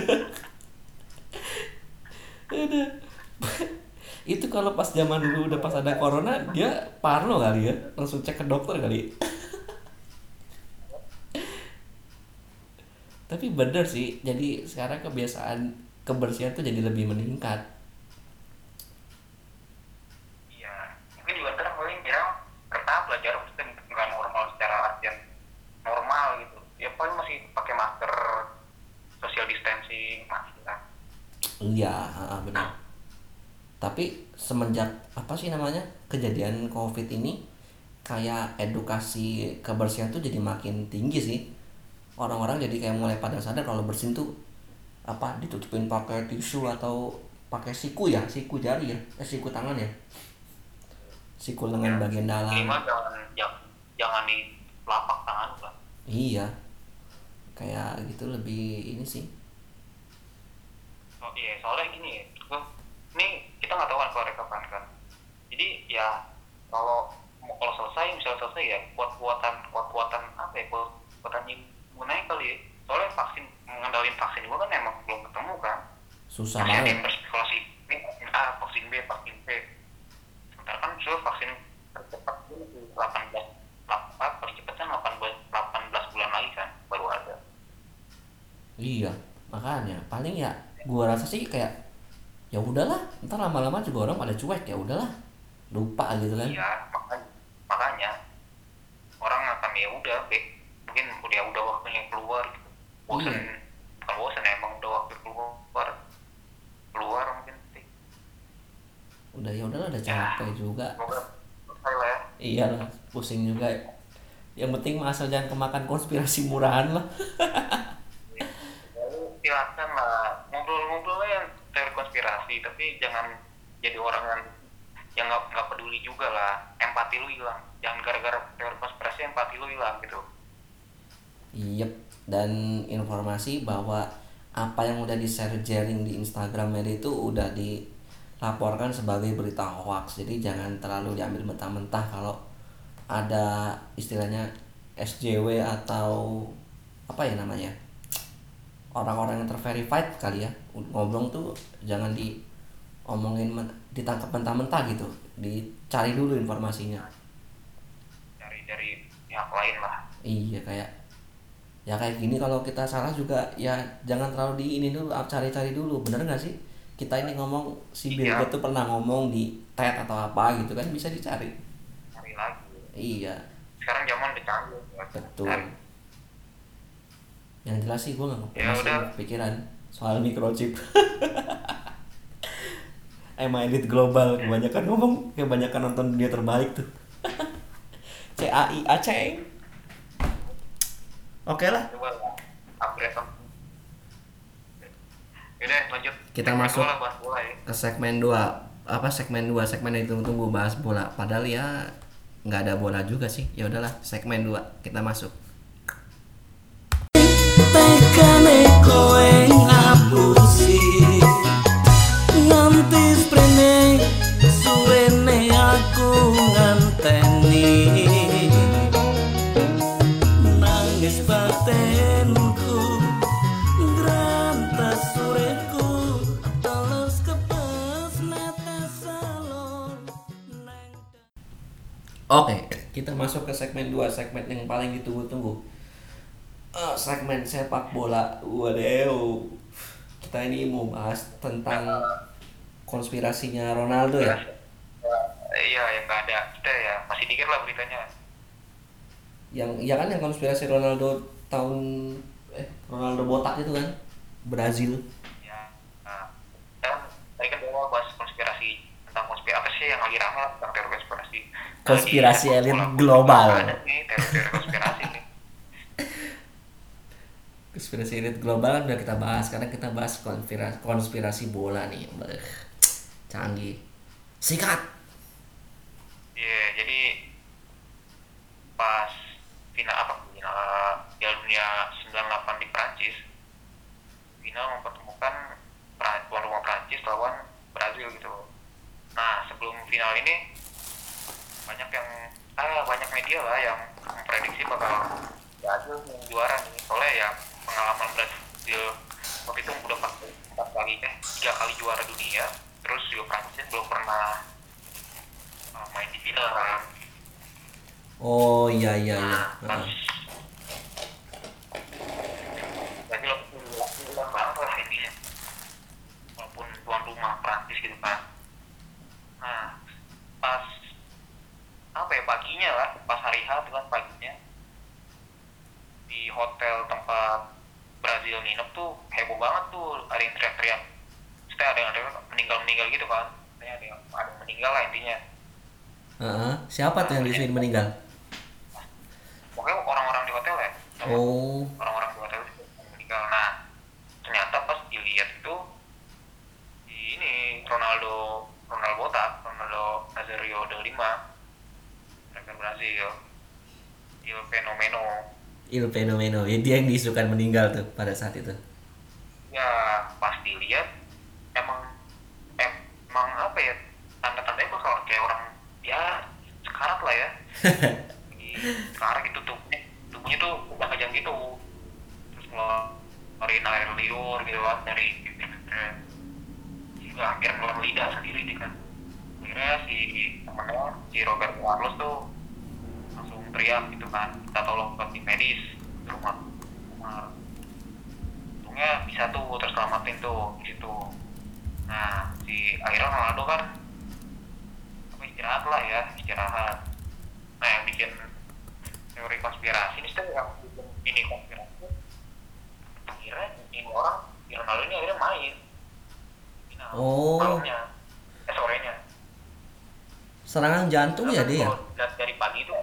Aduh. Itu kalau pas zaman dulu udah pas ada corona dia parno kali ya, langsung cek ke dokter kali. Tapi bener sih, jadi sekarang kebiasaan kebersihan tuh jadi lebih meningkat. Iya. Mungkin juga ntar paling jarang bertahap lah, jarang maksudnya nggak normal secara artian normal gitu. Ya paling masih pakai masker, social distancing masih lah. Iya, benar. Tapi semenjak apa sih namanya kejadian COVID ini, kayak edukasi kebersihan tuh jadi makin tinggi sih. Orang-orang jadi kayak mulai pada sadar kalau bersin tuh apa ditutupin pakai tisu atau pakai siku siku jari ya, siku tangan ya, siku lengan bagian dalam. Minimal jangan di telapak tangan lah. Iya, kayak gitu lebih ini sih. Oh iya, soalnya gini ya, ini kita nggak tahu kan keluar kapan kan. Jadi ya kalau selesai, misalnya selesai ya kuat-kuatan apa ya, kuatan imunnya kali ya. Soalnya mengendalikan vaksin juga kan emang belum ketemu kan. Susah Masih ada banget. yang berspekulasi ini vaksin A, vaksin B, vaksin C. Sementara kan soal vaksin tercepat itu 18 paling cepatnya 18 bulan lagi kan baru ada. Iya, makanya paling ya gua rasa sih kayak ya udahlah, ntar lama-lama juga orang pada cuek, ya udahlah, lupa gitu kan. Iya, makanya orang akan ya udah mungkin udah waktunya keluar gitu. Bosan, Iya. bukan bosan emang udah waktu keluar mungkin sih. Udah ya udahlah, udah capek juga. Semoga selesai lah ya. Iyalah, pusing juga. Yang penting mah asal jangan kemakan konspirasi murahan lah. Lalu silakan lah ngobrol-ngobrol lah yang teori konspirasi, tapi jangan jadi orang yang nggak peduli juga lah. Empati lu hilang, jangan gara-gara teori konspirasi empati lu hilang gitu. Yep. Dan informasi bahwa apa yang udah di-sharing di Instagram media itu udah dilaporkan sebagai berita hoax. Jadi jangan terlalu diambil mentah-mentah kalau ada istilahnya SJW atau apa ya namanya, orang-orang yang terverified kali ya, ngobrol tuh jangan diomongin ditangkap mentah-mentah gitu, dicari dulu informasinya. Dari pihak lain lah. Iya, kayak Ya kayak gini kalau kita salah juga ya jangan terlalu di ini dulu, cari-cari dulu, bener nggak sih? Kita ini ngomong si Bill Iya, Gates tuh pernah ngomong di TED atau apa gitu kan bisa dicari. cari lagi. Iya, Sekarang zaman udah canggih, nggak usah betul. cari. Yang jelas sih gue Ya masih udah, kepikiran soal microchip. Emang elit global kebanyakan nonton dunia terbalik tuh. CAI Aceh. Oke lah, coba lah, upgrade on. Udah lanjut. kita Segmen masuk dua lah, bahas bola ya. ke segmen 2. Apa segmen yang ditunggu-tunggu bahas bola. Padahal ya nggak ada bola juga sih. Ya udahlah, segmen 2 kita masuk. Tekane kowe ngapusi nganti sprene suwene aku nganteni nangis batenku grantas sureku teles kepes netes salon neng. Oke, kita masuk ke segmen 2, segmen yang paling ditunggu-tunggu. Segmen sepak bola. Waduh. Kita ini mau bahas tentang konspirasinya Ronaldo ya. Iya, yang nggak ada. Kita ya masih dikit lah beritanya. Yang ya kan yang konspirasi Ronaldo Ronaldo botak itu kan. Brazil. Ya, nah, dan tadi kan bawa bahas konspirasi tentang konspirasi apa sih yang lagi ramai lah tentang teori konspirasi. Konspirasi Di sepak elit bola pun global. Ada nih teori-teori konspirasi nih. Konspirasi elit global kan udah kita bahas. Sekarang kita bahas konspirasi bola nih. Canggih. Sikat. Iya, jadi pas final Piala Dunia 98 di Prancis, final mempertemukan tuan rumah Prancis lawan Brazil gitu. Nah, sebelum final ini banyak media lah yang memprediksi bakal Brazil yang juara nih. Soalnya ya pengalaman Brazil waktu itu udah 3 kali juara dunia, terus juga Prancis belum pernah main di final kan. Oh iya. Pas Brazil ulang banget lah intinya, walaupun tuan rumah Prancis gitu kan. Nah, pas paginya lah, pas hari H itu kan paginya di hotel tempat Brazil nginep tuh heboh banget tuh, ada yang teriak-teriak. Maksudnya ada yang meninggal gitu kan. Ada yang meninggal lah intinya. Siapa tuh yang disuruh meninggal? Pokoknya orang-orang di hotel ya. Oh. Orang-orang di hotel itu meninggal. Nah, ternyata pas dilihat itu ini Ronaldo Nazario de Lima, striker Brazil, Il Fenomeno. Ya, dia yang diisukan meninggal tuh pada saat itu. ya pas dilihat emang apa ya, tanda-tandanya bakal kayak orang ya sekarat lah ya. Sekarat gitu, tubuhnya tuh udah kejang gitu, terus ngeluarin air liur gitu kan dari bibirnya, hingga hampir ngeluarin lidah sendiri dia kan. Akhirnya si Roberto Carlos tuh langsung teriak gitu kan, kita tolong ke tim medis di rumah. Untungnya bisa tuh terselamatin tuh di situ. Nah, akhirnya Ronaldo kan istirahat. Nah, yang bikin teori konspirasi ini yang bikin ini konspirasi, akhirnya ini orang Ronaldo ini akhirnya main final malamnya, sorenya. Serangan jantung ya dia. Kalau lihat dari pagi itu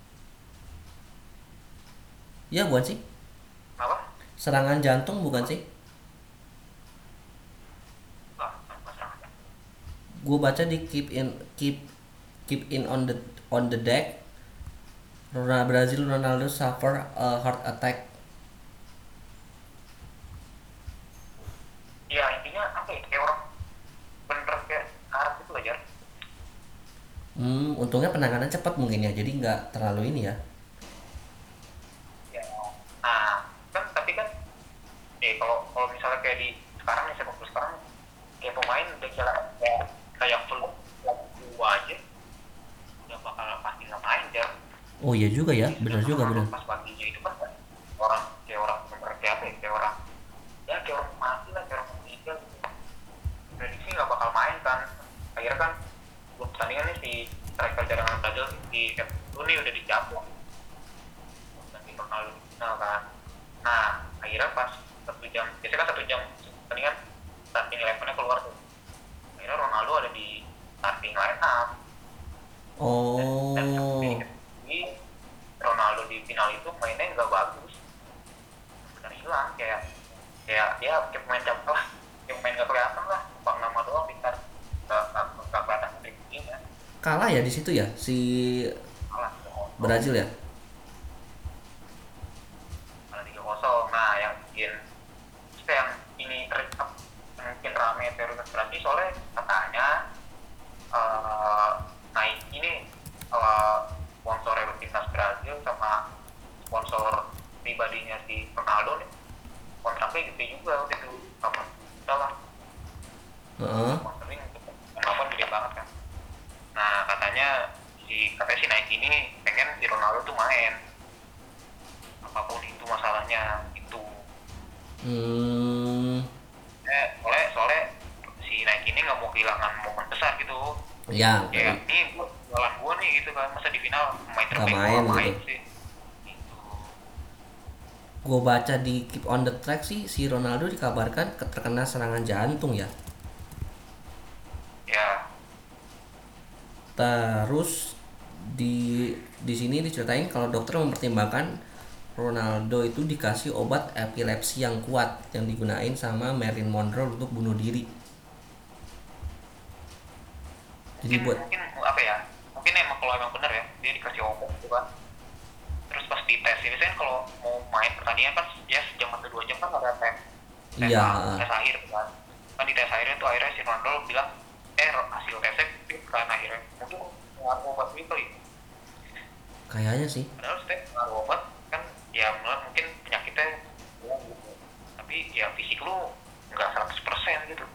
Ya bukan sih? apa? Serangan jantung bukan sih? Gue baca di keep in on the deck. Brazil Ronaldo suffer a heart attack. Ya intinya apa ya, kayak orang bener kayak karat itu aja. Untungnya penanganan cepat mungkin ya, jadi nggak terlalu ini ya. Ya. Nah, kan tapi kan kalau misalnya kayak di sekarang nih, sepak bola sekarang kayak pemain udah kayak flu aja udah bakal pasti nggak main ya. Oh iya juga ya, benar juga benar. Pas paginya itu kan orang kayak akhirnya kan sebelum pertandingan nih si striker cadangan Brazil si Rooney udah dicabut dan di Ronaldo di final kan. Nah akhirnya pas 1 jam, biasanya kan 1 jam pertandingan starting 11-nya keluar tuh, akhirnya Ronaldo ada di starting line up. Dan Oh. ini Ronaldo di final itu mainnya nggak bagus, benar hilang kayak dia kayak pemain cap lah, kayak pemain nggak kelihatan lah, bang nama doang pintar nggak kelihatan driblingnya, Kalah ya di situ ya si kalah Brazil ya. 3-0. Nah yang bikin yang ini yang mungkin rame teori konspirasi soalnya katanya naik ini sponsor timnas Brazil sama sponsor pribadinya si Ronaldo nih kontraknya gede juga waktu itu sama kita lah, Heeh. sponsoring untuk gede banget kan. Nah katanya si Nike ini pengen si Ronaldo tuh main apapun itu masalahnya itu. Soalnya si Nike ini nggak mau kehilangan momen besar gitu. Ya, Ya ini jualan gua nih gitu kan, masa di final pemain Nggak terbaik main gua main gitu. sih gitu. gue baca di Keep on the Track sih si Ronaldo dikabarkan terkena serangan jantung ya. Ya Terus di sini diceritain kalau dokter mempertimbangkan Ronaldo itu dikasih obat epilepsi yang kuat yang digunain sama Marilyn Monroe untuk bunuh diri. Jadi mungkin apa ya, mungkin emang kalau emang bener ya dia dikasih obat gitu kan, terus pas dites ya biasanya kalau mau main pertandingan kan ya sejam atau 2 jam kan ada tes Iya. tes akhir kan di tes akhirnya tuh akhirnya si Ronaldo bilang hasil tesnya kan akhirnya mungkin ngaruh obat itu kali, kayaknya sih. padahal setiap ngaruh obat kan ya mungkin penyakitnya ya, gitu. Tapi ya fisik lu nggak 100% gitu.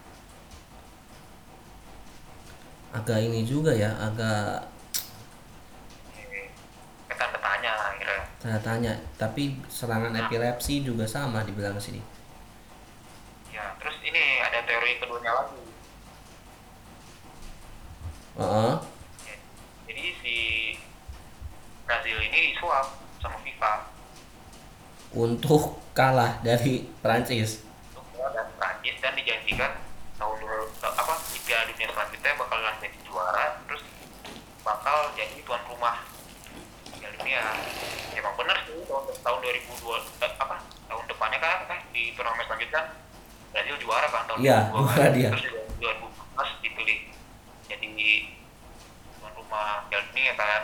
Agak ini juga ya, agak Kita bertanya akhirnya. tanda tanya. Tapi serangan epilepsi juga sama dibilang ke sini. Ya terus ini ada teori keduanya lagi. Heeh. Ya, jadi si Brazil ini disuap sama FIFA Untuk kalah dari Prancis. untuk dan Prancis dan dijanjikan tahun Piala Dunia selanjutnya bakalan jadi juara, terus bakal jadi tuan rumah Piala Dunia. Emang bener sih tahun 2002 tahun depannya kan di turnamen selanjutnya Brazil juara kan tahun Iya, 2002 juara dia. Terus 2014 dipilih jadi tuan rumah Piala Dunia kan.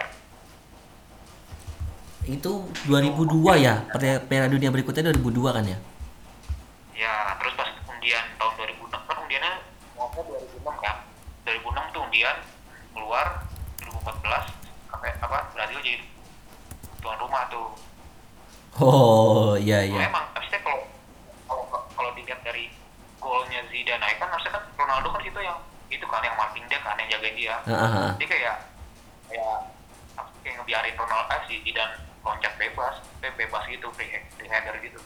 Itu 2002 ya, Piala Dunia berikutnya 2002 kan ya? Ya, terus pas undian tahun 2006 kan undiannya ngomongnya 2006 kan. 2006 tuh undian keluar 2014 Brazil jadi tuan rumah tuh. Oh, iya Nah, iya. emang habisnya kalau dilihat dari golnya Zidane kan harusnya kan Ronaldo kan itu kan yang mapping dia kan yang jagain dia. Heeh. Dia kayak ngebiarin Ronaldo si Zidane loncat bebas gitu free header gitu.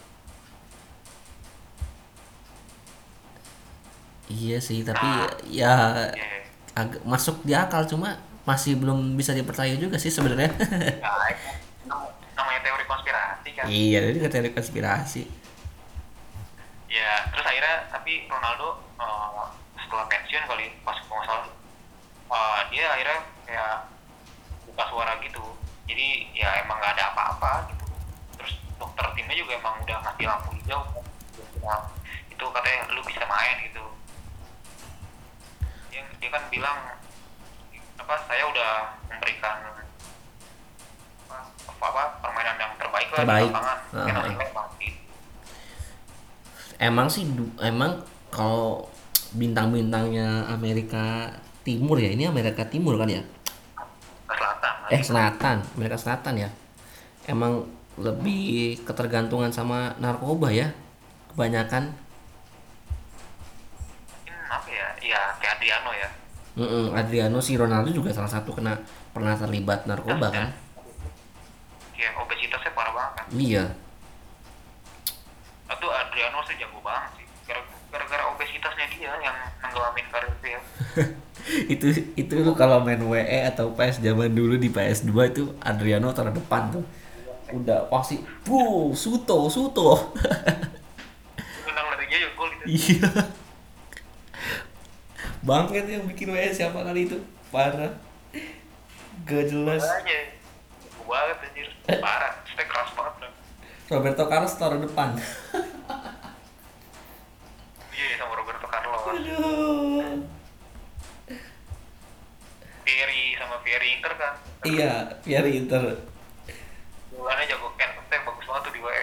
Iya sih, tapi Nah, ya ya, agak masuk di akal, cuma masih belum bisa dipercaya juga sih sebenarnya. ya, namanya teori konspirasi kan. Iya, jadi teori konspirasi. Ya terus akhirnya tapi Ronaldo setelah pensiun kali pas nggak salah dia akhirnya kayak buka suara gitu, jadi ya emang nggak ada apa-apa gitu. Terus dokter timnya juga emang udah ngasih lampu hijau kan. Itu katanya lu bisa main gitu. Dia kan bilang saya udah memberikan permainan yang terbaik lah di Terbaik. lapangan. Kan Heeh. akhirnya mati. Emang sih emang kalau bintang-bintangnya Amerika Timur ya, ini Amerika Timur kan ya? Ke selatan. Selatan, Amerika Selatan ya. Emang lebih ketergantungan sama narkoba ya, kebanyakan. Mungkin apa ya? Ya kayak Adriano ya. Adriano, si Ronaldo juga salah satu pernah terlibat narkoba kan? Kayak obesitasnya parah banget kan. Iya. Itu Adriano sih jago banget sih. Gara-gara obesitasnya dia yang nenggelamin karir dia. itu lu kalau main WE atau PS zaman dulu di PS2 itu Adriano terdepan tuh. Udah pasti Suto Suto. Menang larinya ya gol gitu. Iya. Banget yang bikin WE siapa kali itu? Parah. Gak jelas. Makanya jago banget anjir. Parah, stack keras banget lah. Roberto Carlos taruh depan. Iya sama Roberto Carlos. Aduh. Fieri Inter kan. Iya, Pieri Inter. Bulannya jago kan, stack bagus banget tuh di WE.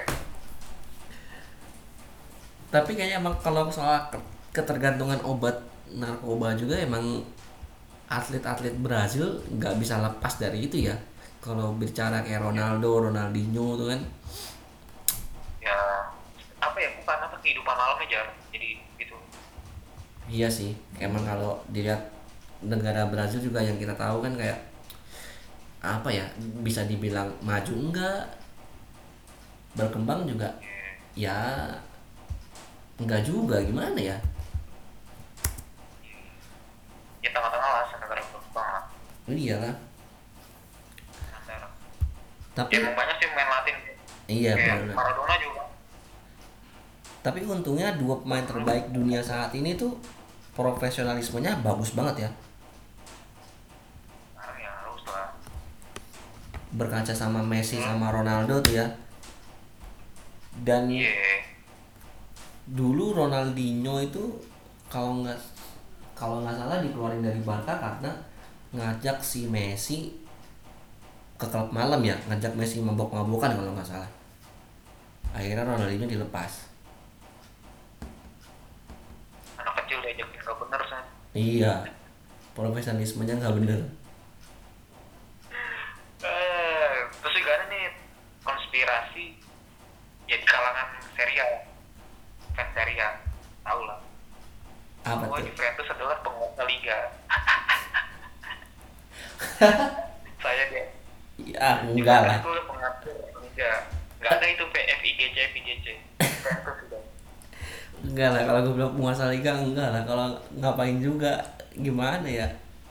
Tapi kayaknya emang kalau soal ketergantungan obat narkoba juga emang atlet-atlet Brazil nggak bisa lepas dari itu ya. Kalau bicara kayak Ronaldo, Ronaldinho tuh kan. Ya apa ya, bukan apa kehidupan alamnya jar. Jadi gitu. Iya sih, emang kalau dilihat negara Brazil juga yang kita tahu kan kayak apa ya, bisa dibilang maju enggak, berkembang juga ya enggak juga, gimana ya? Ya tengah-tengah lah, negara berkembang lah. Iya lah. Antara. Tapi Ya emang banyak sih main Latin. iya Kayak benar. Maradona juga. Tapi untungnya dua pemain terbaik dunia saat ini tuh profesionalismenya bagus banget ya. Nah, ya harus lah. Berkaca sama Messi sama Ronaldo tuh ya. Dan Iya. dulu Ronaldinho itu kalau nggak salah dikeluarin dari Barca karena ngajak si Messi ke klub malam ya, ngajak Messi mabok-mabokan kalau nggak salah. Akhirnya Ronaldinho dilepas. Anak kecil diajakin nggak bener san. Iya, profesionalismenya nggak bener. Terus juga ada nih konspirasi ya di kalangan Serie A, fans Serie A, tahu lah. Apa Bahwa tuh? Juventus adalah penguasa liga. Saya dia. Ya enggak lah. Juventus itu pengatur liga. Nggak ada itu FIGC. Juventus sudah. Enggak lah, kalau gue bilang penguasa liga enggak lah, kalau ngapain juga, gimana ya?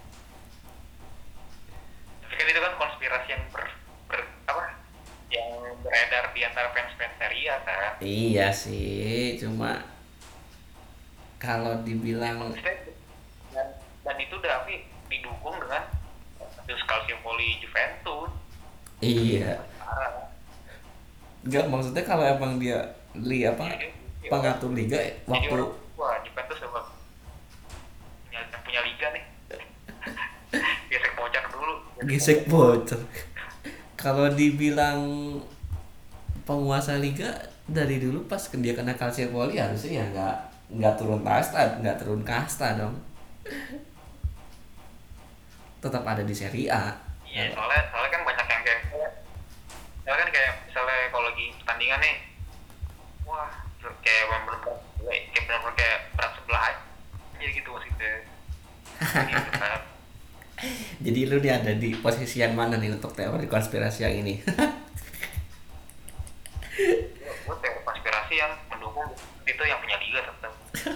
Tapi kan itu kan konspirasi yang yang beredar di antara fans-fans Serie A kan. Iya sih, cuma kalau dibilang Dan itu Davi didukung dengan Hasil Calciopoli Juventus. iya. Parah. Enggak, maksudnya kalau emang dia pengatur liga Jadi waktu orang, wah Juventus udah punya liga nih. Gesek bocor dulu. gesek bocor. Kalau dibilang penguasa liga dari dulu pas dia kena Calciopoli harusnya ya nggak turun kasta dong. Tetap ada di Serie A. Iya, soalnya kan banyak yang kayak soalnya kan kayak misalnya kalau lagi pertandingan nih, wah kayak bener-bener kayak berat sebelah aja gitu maksudnya. Gitu kan. Jadi lu nih ada di posisi yang mana nih untuk teori konspirasi yang ini? Gue teori konspirasi yang mendukung itu yang punya liga tetap.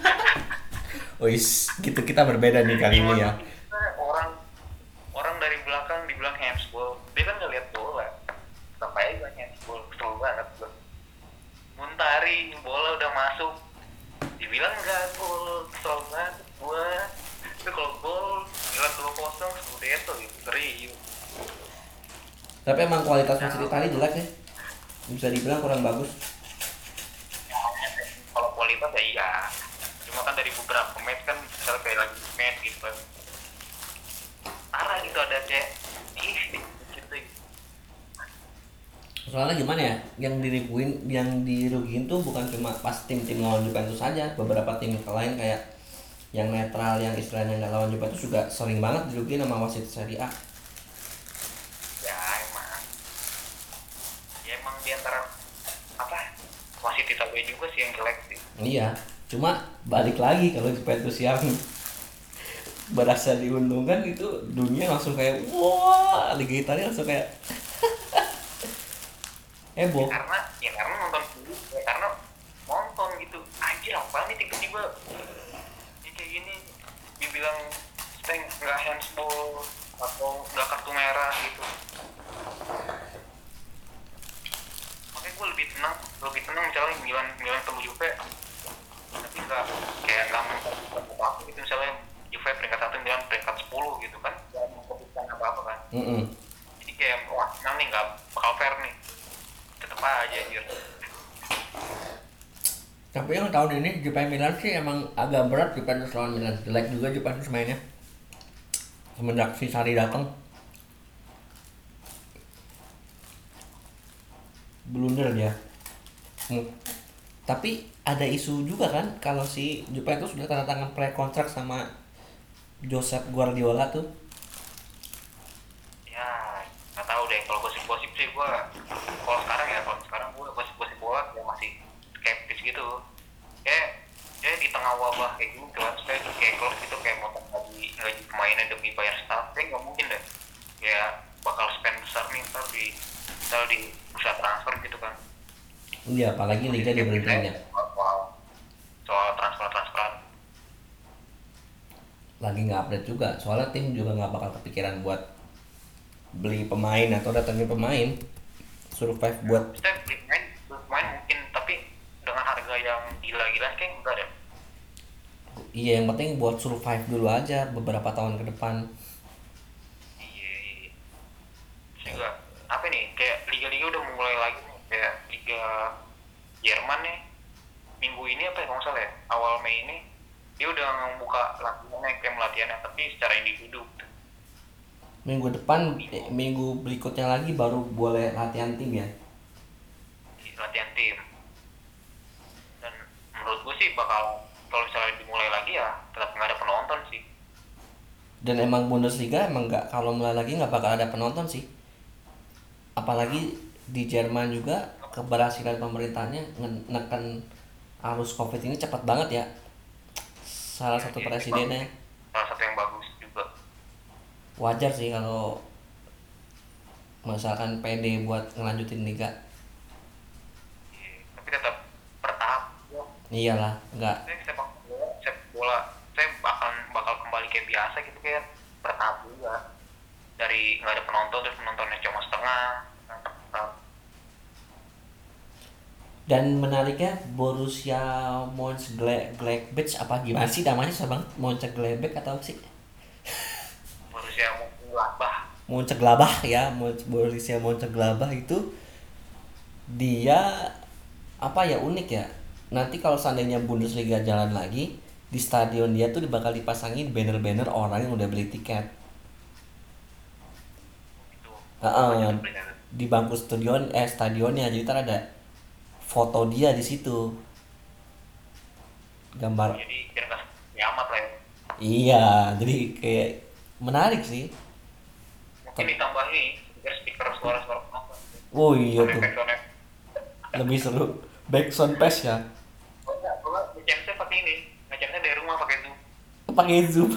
Wis, gitu kita berbeda nih kali ini ya. Orang dari belakang dibilang handsball, dia kan ngeliat bola, sampai aja bilang handsball, kesel banget gue. Muntari bola udah masuk, dibilang enggak gol, kesel banget gue. Tapi kalau gol, bilang 2-0, Scudetto gitu, serius. Tapi emang kualitas Messi tadi jelek ya. Bisa dibilang kurang bagus. Kalau kualitas ya iya, cuma kan dari beberapa match kan misalnya kayak lagi match gitu kan parah gitu, ada kayak gitu. Soalnya gimana ya, yang dirugiin tuh bukan cuma pas tim-tim lawan Juventus saja, beberapa tim lain kayak yang netral, yang istilahnya nggak lawan Juventus juga sering banget dirugiin sama wasit Serie A. Ya emang diantara wasit Italia juga sih yang jelek sih. Iya, cuma balik lagi kalau Juventus yang berasa diuntungkan itu dunia langsung kayak wah, Liga Italia langsung kayak heboh. Karena nonton dulu ya, karena nonton gitu anjir apa nih tiba-tiba ini kayak gini dibilang saya nggak handsball atau nggak kartu merah gitu. Makanya gue lebih tenang misalnya Milan Milan ketemu Juve, tapi nggak kayak nggak apa apa gitu, misalnya Juve peringkat 1 Milan peringkat 10 gitu kan, nggak memfokuskan apa apa kan. Jadi kayak wah senang nih, nggak bakal fair nih, tetep aja anjir. Tapi yang tahun ini Juve Milan sih emang agak berat Juventus lawan Milan. Jelek juga Juventus mainnya. Semenjak si Sarri datang. Blunder dia. Tapi ada isu juga kan kalau si Juventus sudah tanda tangan pre-kontrak sama Josep Guardiola tuh. Ya nggak tahu deh, kalau gosip-gosip sih gue, kalau sekarang gue gosip-gosip bola yang masih skeptis gitu. Kayak di tengah wabah kayak gitu kan, saya kayak klub gitu kayak mau gaji pemainnya demi bayar staff, kayak nggak mungkin deh. Kayak bakal spend besar nih ntar di bursa transfer gitu kan. Iya, apalagi liga diberhentiin ya. Soal transferan. Lagi nggak update juga. Soalnya tim juga nggak bakal kepikiran buat beli pemain atau datangin pemain. Survive buat. Kita beli pemain mungkin, tapi dengan harga yang gila-gilaan kayak enggak deh. Iya, yang penting buat survive dulu aja beberapa tahun ke depan. Iya. Terus juga apa nih, kayak liga-liga udah mulai lagi nih, kayak liga Jerman nih minggu ini apa ya kalau nggak salah ya, awal Mei ini dia udah membuka latihannya tapi secara individu. Minggu depan, minggu berikutnya lagi baru boleh latihan tim ya. Latihan tim. Dan menurut gue sih bakal, kalau misalnya dimulai lagi ya tetap nggak ada penonton sih. Dan emang Bundesliga emang nggak, kalau mulai lagi nggak bakal ada penonton sih. Apalagi di Jerman juga keberhasilan pemerintahnya menekan arus COVID ini cepat banget ya. Salah satu presidennya. Salah satu yang bagus juga. Wajar sih kalau misalkan PD buat ngelanjutin liga. Tapi tetap bertahap. Iyalah, nggak. Sepak bola saya bakal kembali kayak biasa gitu, kayak bertahap juga. Dari nggak ada penonton terus penontonnya cuma setengah. Dan menariknya Borussia Mönchengladbach apa gimana sih namanya, susah banget, Mönchengladbach atau apa sih? Borussia Mönchengladbach. Mönchengladbach ya, Borussia Mönchengladbach itu dia apa ya, unik ya. Nanti kalau seandainya Bundesliga jalan lagi, di stadion dia tuh bakal dipasangin banner-banner orang yang udah beli tiket. Itu. Di bangku stadionnya, jadi ntar ada foto dia di situ, gambar. Jadi biar nggak nyamat lah ya. Iya, jadi kayak menarik sih. Mungkin ditambahin speaker suara-suara penonton. Oh iya Sampai tuh, backsoundnya. lebih seru. Backsound pass ya, Kalau ngecamnya pakai ini, ngecamnya dari rumah pakai Zoom. pakai zoom.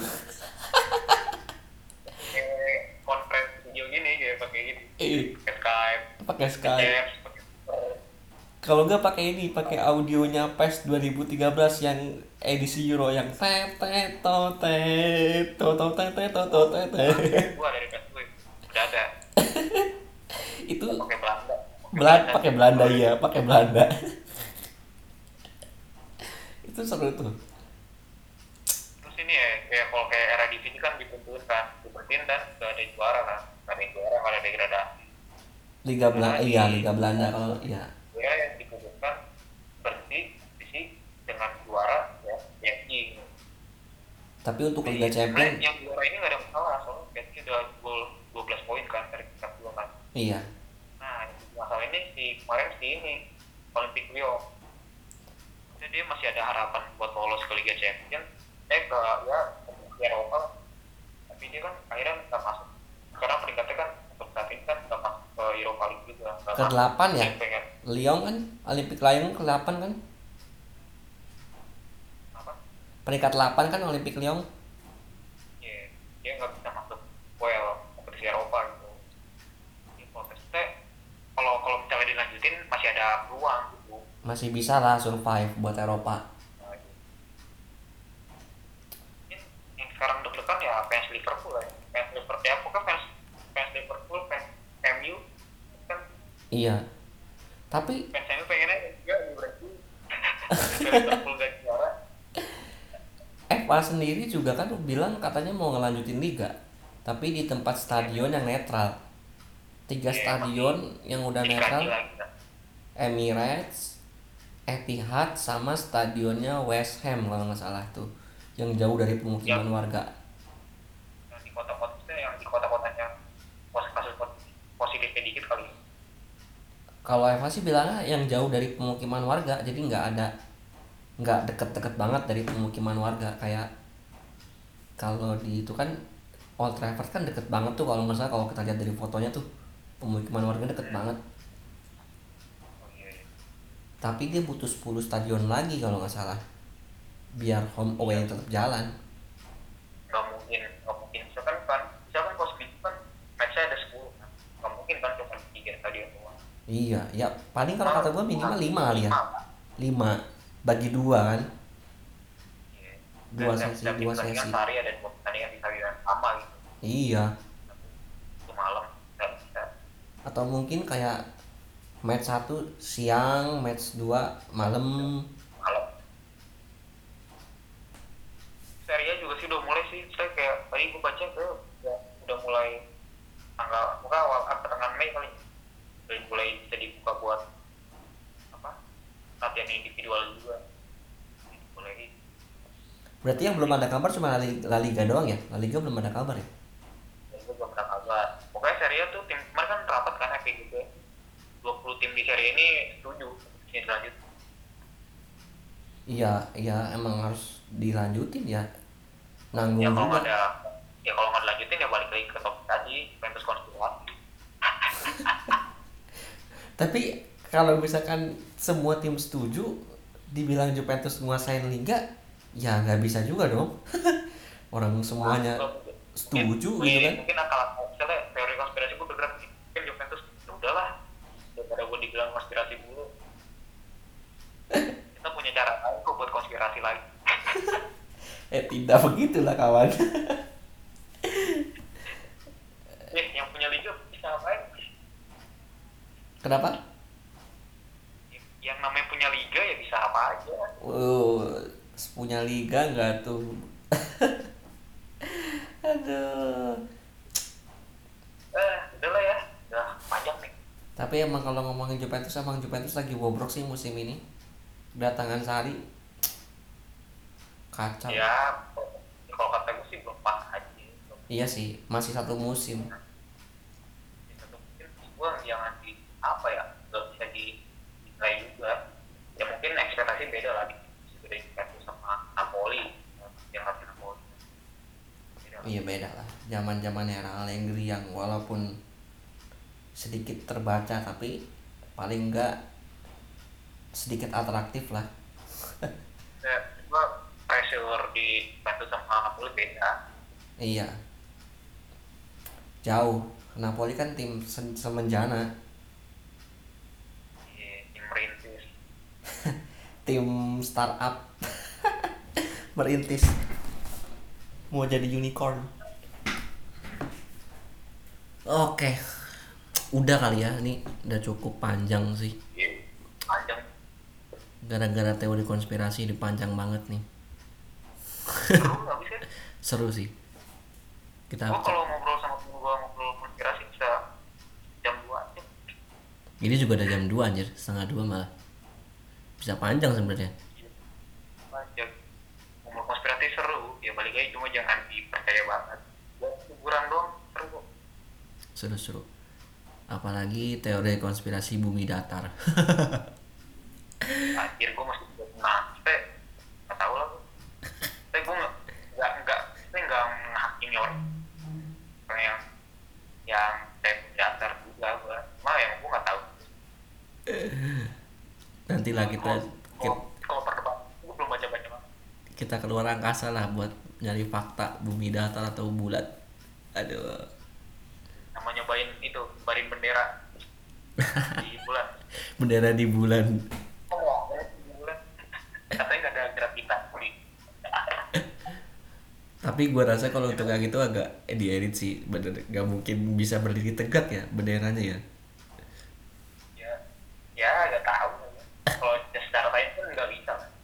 Kayak conference video gini, kayak pakai gini. Pakai Skype, Pakai Skype. Teams, pakai Kalau nggak pakai ini, pakai audionya PES 2013 yang edisi Euro yang tet to tet to to tet to to tet. gua dari PS gue udah ada. Itu Pakai Belanda. pakai Belanda ya, pakai Belanda. Itu seru tuh. Terus ini ya, kayak kalau kayak era divisi kan ditentuin kan, diberhentiin dan gak ada juara kan, gak ada juara, gak ada degradasi. Liga Belanda, iya Liga Belanda kalau iya. Ya yang diputuskan berhenti divisi dengan juara ya PSG. Tapi untuk Liga Champions, Yang juara ini gak ada masalah, soalnya PSG udah gol 12 poin kan dari peringkat 2 kan. iya. Nah masalah ini kemarin ini Olympique Lyon. Jadi dia masih ada harapan buat lolos ke Liga Champions, ke Eropa, tapi dia kan akhirnya nggak masuk karena peringkatnya kan untuk saat ini kan nggak masuk ke Europa League juga. Ke-8 ya? Lyon kan, Olympic Lyon ke-8 kan? Apa? Peringkat 8 kan Olympic Lyon. Iya, dia nggak bisa masuk kompetisi Eropa gitu. Ini prosesnya kalau misalnya dilanjutin masih ada peluang gitu. Masih bisa lah survive buat Eropa. Nah, yang sekarang deg-degan ya Iya. Tapi Fans MU pengennya juga berarti Liverpool gak juara. FA sendiri juga kan bilang katanya mau ngelanjutin liga, tapi di tempat stadion yang netral. 3 Iya, stadion yang udah netral, Dikaji lagi kan. Emirates, Etihad, sama stadionnya West Ham kalau nggak salah tuh, yang jauh dari pemukiman warga. Yang di kota-kota itu yang di kota-kota yang kasus positifnya dikit kali. Kalau Eva sih bilangnya yang jauh dari pemukiman warga, jadi nggak deket-deket banget dari pemukiman warga. Kayak kalau di itu kan Old Trafford kan deket banget tuh kalau nggak salah, kalau kita lihat dari fotonya tuh pemukiman warga deket banget. Oh iya, iya. Tapi dia butuh 10 stadion lagi kalau nggak salah, biar home away tetap jalan. Nggak mungkin. Misalkan kalau segitu kan matchnya ada 10 kan. Nggak mungkin kan cuma 3 stadion doang. Iya, ya paling kalau kata gue minimal 5 kali ya. 5 bagi 2 kan. Iya. Dua Dan sesi, setiap dua pertandingan sesi. sehari ada 2 pertandingan di hari yang sama gitu. Iya. Itu malam nggak bisa. Atau mungkin kayak match 1 siang, match 2 malam. Malam. Serie A juga sih udah mulai sih. Saya kayak tadi gue baca udah mulai awal pertengahan Mei kali. Udah mulai bisa dibuka buat apa? Latihan individual juga. Mulai. Berarti yang belum ada kabar cuma La Liga doang ya? La Liga belum ada kabar ya? Dan gue belum pernah kabar. Pokoknya Serie A tuh tim kemarin kan rapat kan kayak gitu ya. 20 tim di Serie A ini setuju sini lanjut. Iya, emang harus dilanjutin ya. Nanggung Ya kalau juga. nggak dilanjutin ya balik lagi ke topik tadi, Juventus konspirasi. Tapi kalau misalkan semua tim setuju, dibilang Juventus nguasain Liga, ya nggak bisa juga dong. Orang semuanya setuju gitu kan. Mungkin akal misalnya teori konspirasi gue bergerak mungkin Juventus udahlah daripada gue dibilang konspirasi dulu. Kita punya cara lain kok buat konspirasi lagi. Tidak begitulah kawan. Yang punya liga bisa ngapain? Kenapa? Yang namanya punya liga ya bisa apa aja. Punya liga nggak tuh? Aduh. Udahlah ya, udah panjang nih. Tapi emang kalau ngomongin Juventus lagi bobrok sih musim ini. Kedatangan Sarri kacau. Ya, kalau kata gue sih belum pas aja. Iya sih, masih 1 musim. Mungkin gue jangan di apa ya, nggak bisa dinilai juga. Ya mungkin ekspektasi beda lah di Juventus sama Napoli yang ngasih Napoli. Beda lah. Iya beda lah. Zaman era Allegri yang walaupun sedikit terbaca tapi paling enggak sedikit atraktif lah. Ya, gue pressure di Juventus sama Napoli beda. Iya. Jauh. Napoli kan tim semenjana. Tim merintis. Tim startup. Merintis. Mau jadi unicorn. Oke. Udah kali ya, ini udah cukup panjang sih. Panjang. Gara-gara teori konspirasi ini panjang banget nih. Seru nggak bisa? Seru sih. Kita Gue kalau ngobrol sama temen gue ngobrol konspirasi bisa jam 2 aja. ini juga udah jam 2 anjir, setengah 2 malah. Bisa panjang sebenarnya. Panjang. Ngomong konspirasi seru, ya balik lagi cuma jangan dipercaya banget. Buat hiburan doang seru kok. Seru-seru. Apalagi teori konspirasi bumi datar. Anjir gue masih belum nggak tahu lah gue. Gue nggak menghakimi orang yang dasar juga gue. Cuma yang gue nggak tahu. Nantilah Kalau perdebatan gue belum baca banyak. kita keluar angkasa lah buat nyari fakta bumi datar atau bulat. Aduh. Sama nyobain itu barin bendera di bulan. Bendera di bulan. Di bulan. Katanya nggak ada gravitasi. Tapi gue rasa kalau untuk yang itu agak diedit sih, bener nggak mungkin bisa berdiri tegak ya benderanya ya.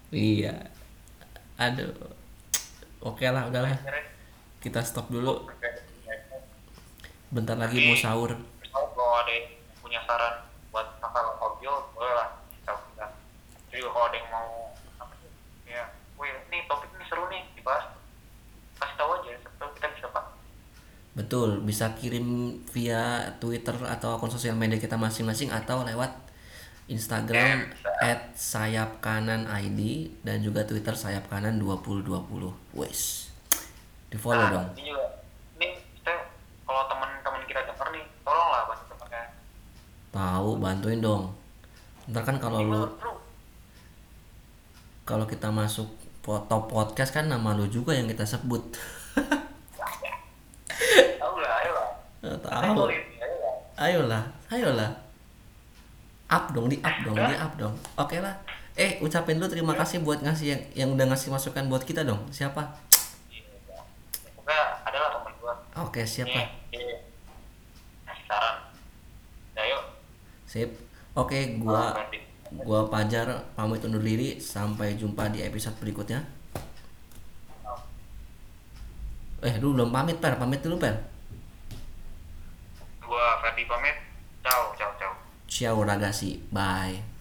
Iya. Aduh. Oke lah, udahlah. Kita stop dulu. Bentar lagi mau sahur. Kalau ada yang punya saran buat kakak audio boleh lah kita kita. Jadi kalau ada yang mau apa sih ya, wih ini topik ini seru nih dibahas, kasih tahu aja sebetulnya kita bisa pak. Betul, bisa kirim via Twitter atau akun sosial media kita masing-masing atau lewat Instagram @sayapkananid dan juga Twitter sayapkanan2020. Wes. Di follow dong. Ini juga ini kita kalau teman-teman kita denger nih tolonglah bantu temannya. Tahu, bantuin dong. Ntar kan kalau kita masuk top podcast kan nama lu juga yang kita sebut. Tahu lah, ayo lah. Tahu. Ayolah. Up dong, di up dong. Oke lah. Ucapin dulu terima kasih buat ngasih yang udah ngasih masukan buat kita dong. Siapa? Semoga adalah teman gua. Oke, siapa? Ini kasih saran. Ya yuk. Sip. Oke, gua Pajar pamit undur diri. Sampai jumpa di episode berikutnya. Lu belum pamit, Per. Pamit dulu, Per. Gua Ferdi pamit. Ciao. Ciao ragazzi. Bye.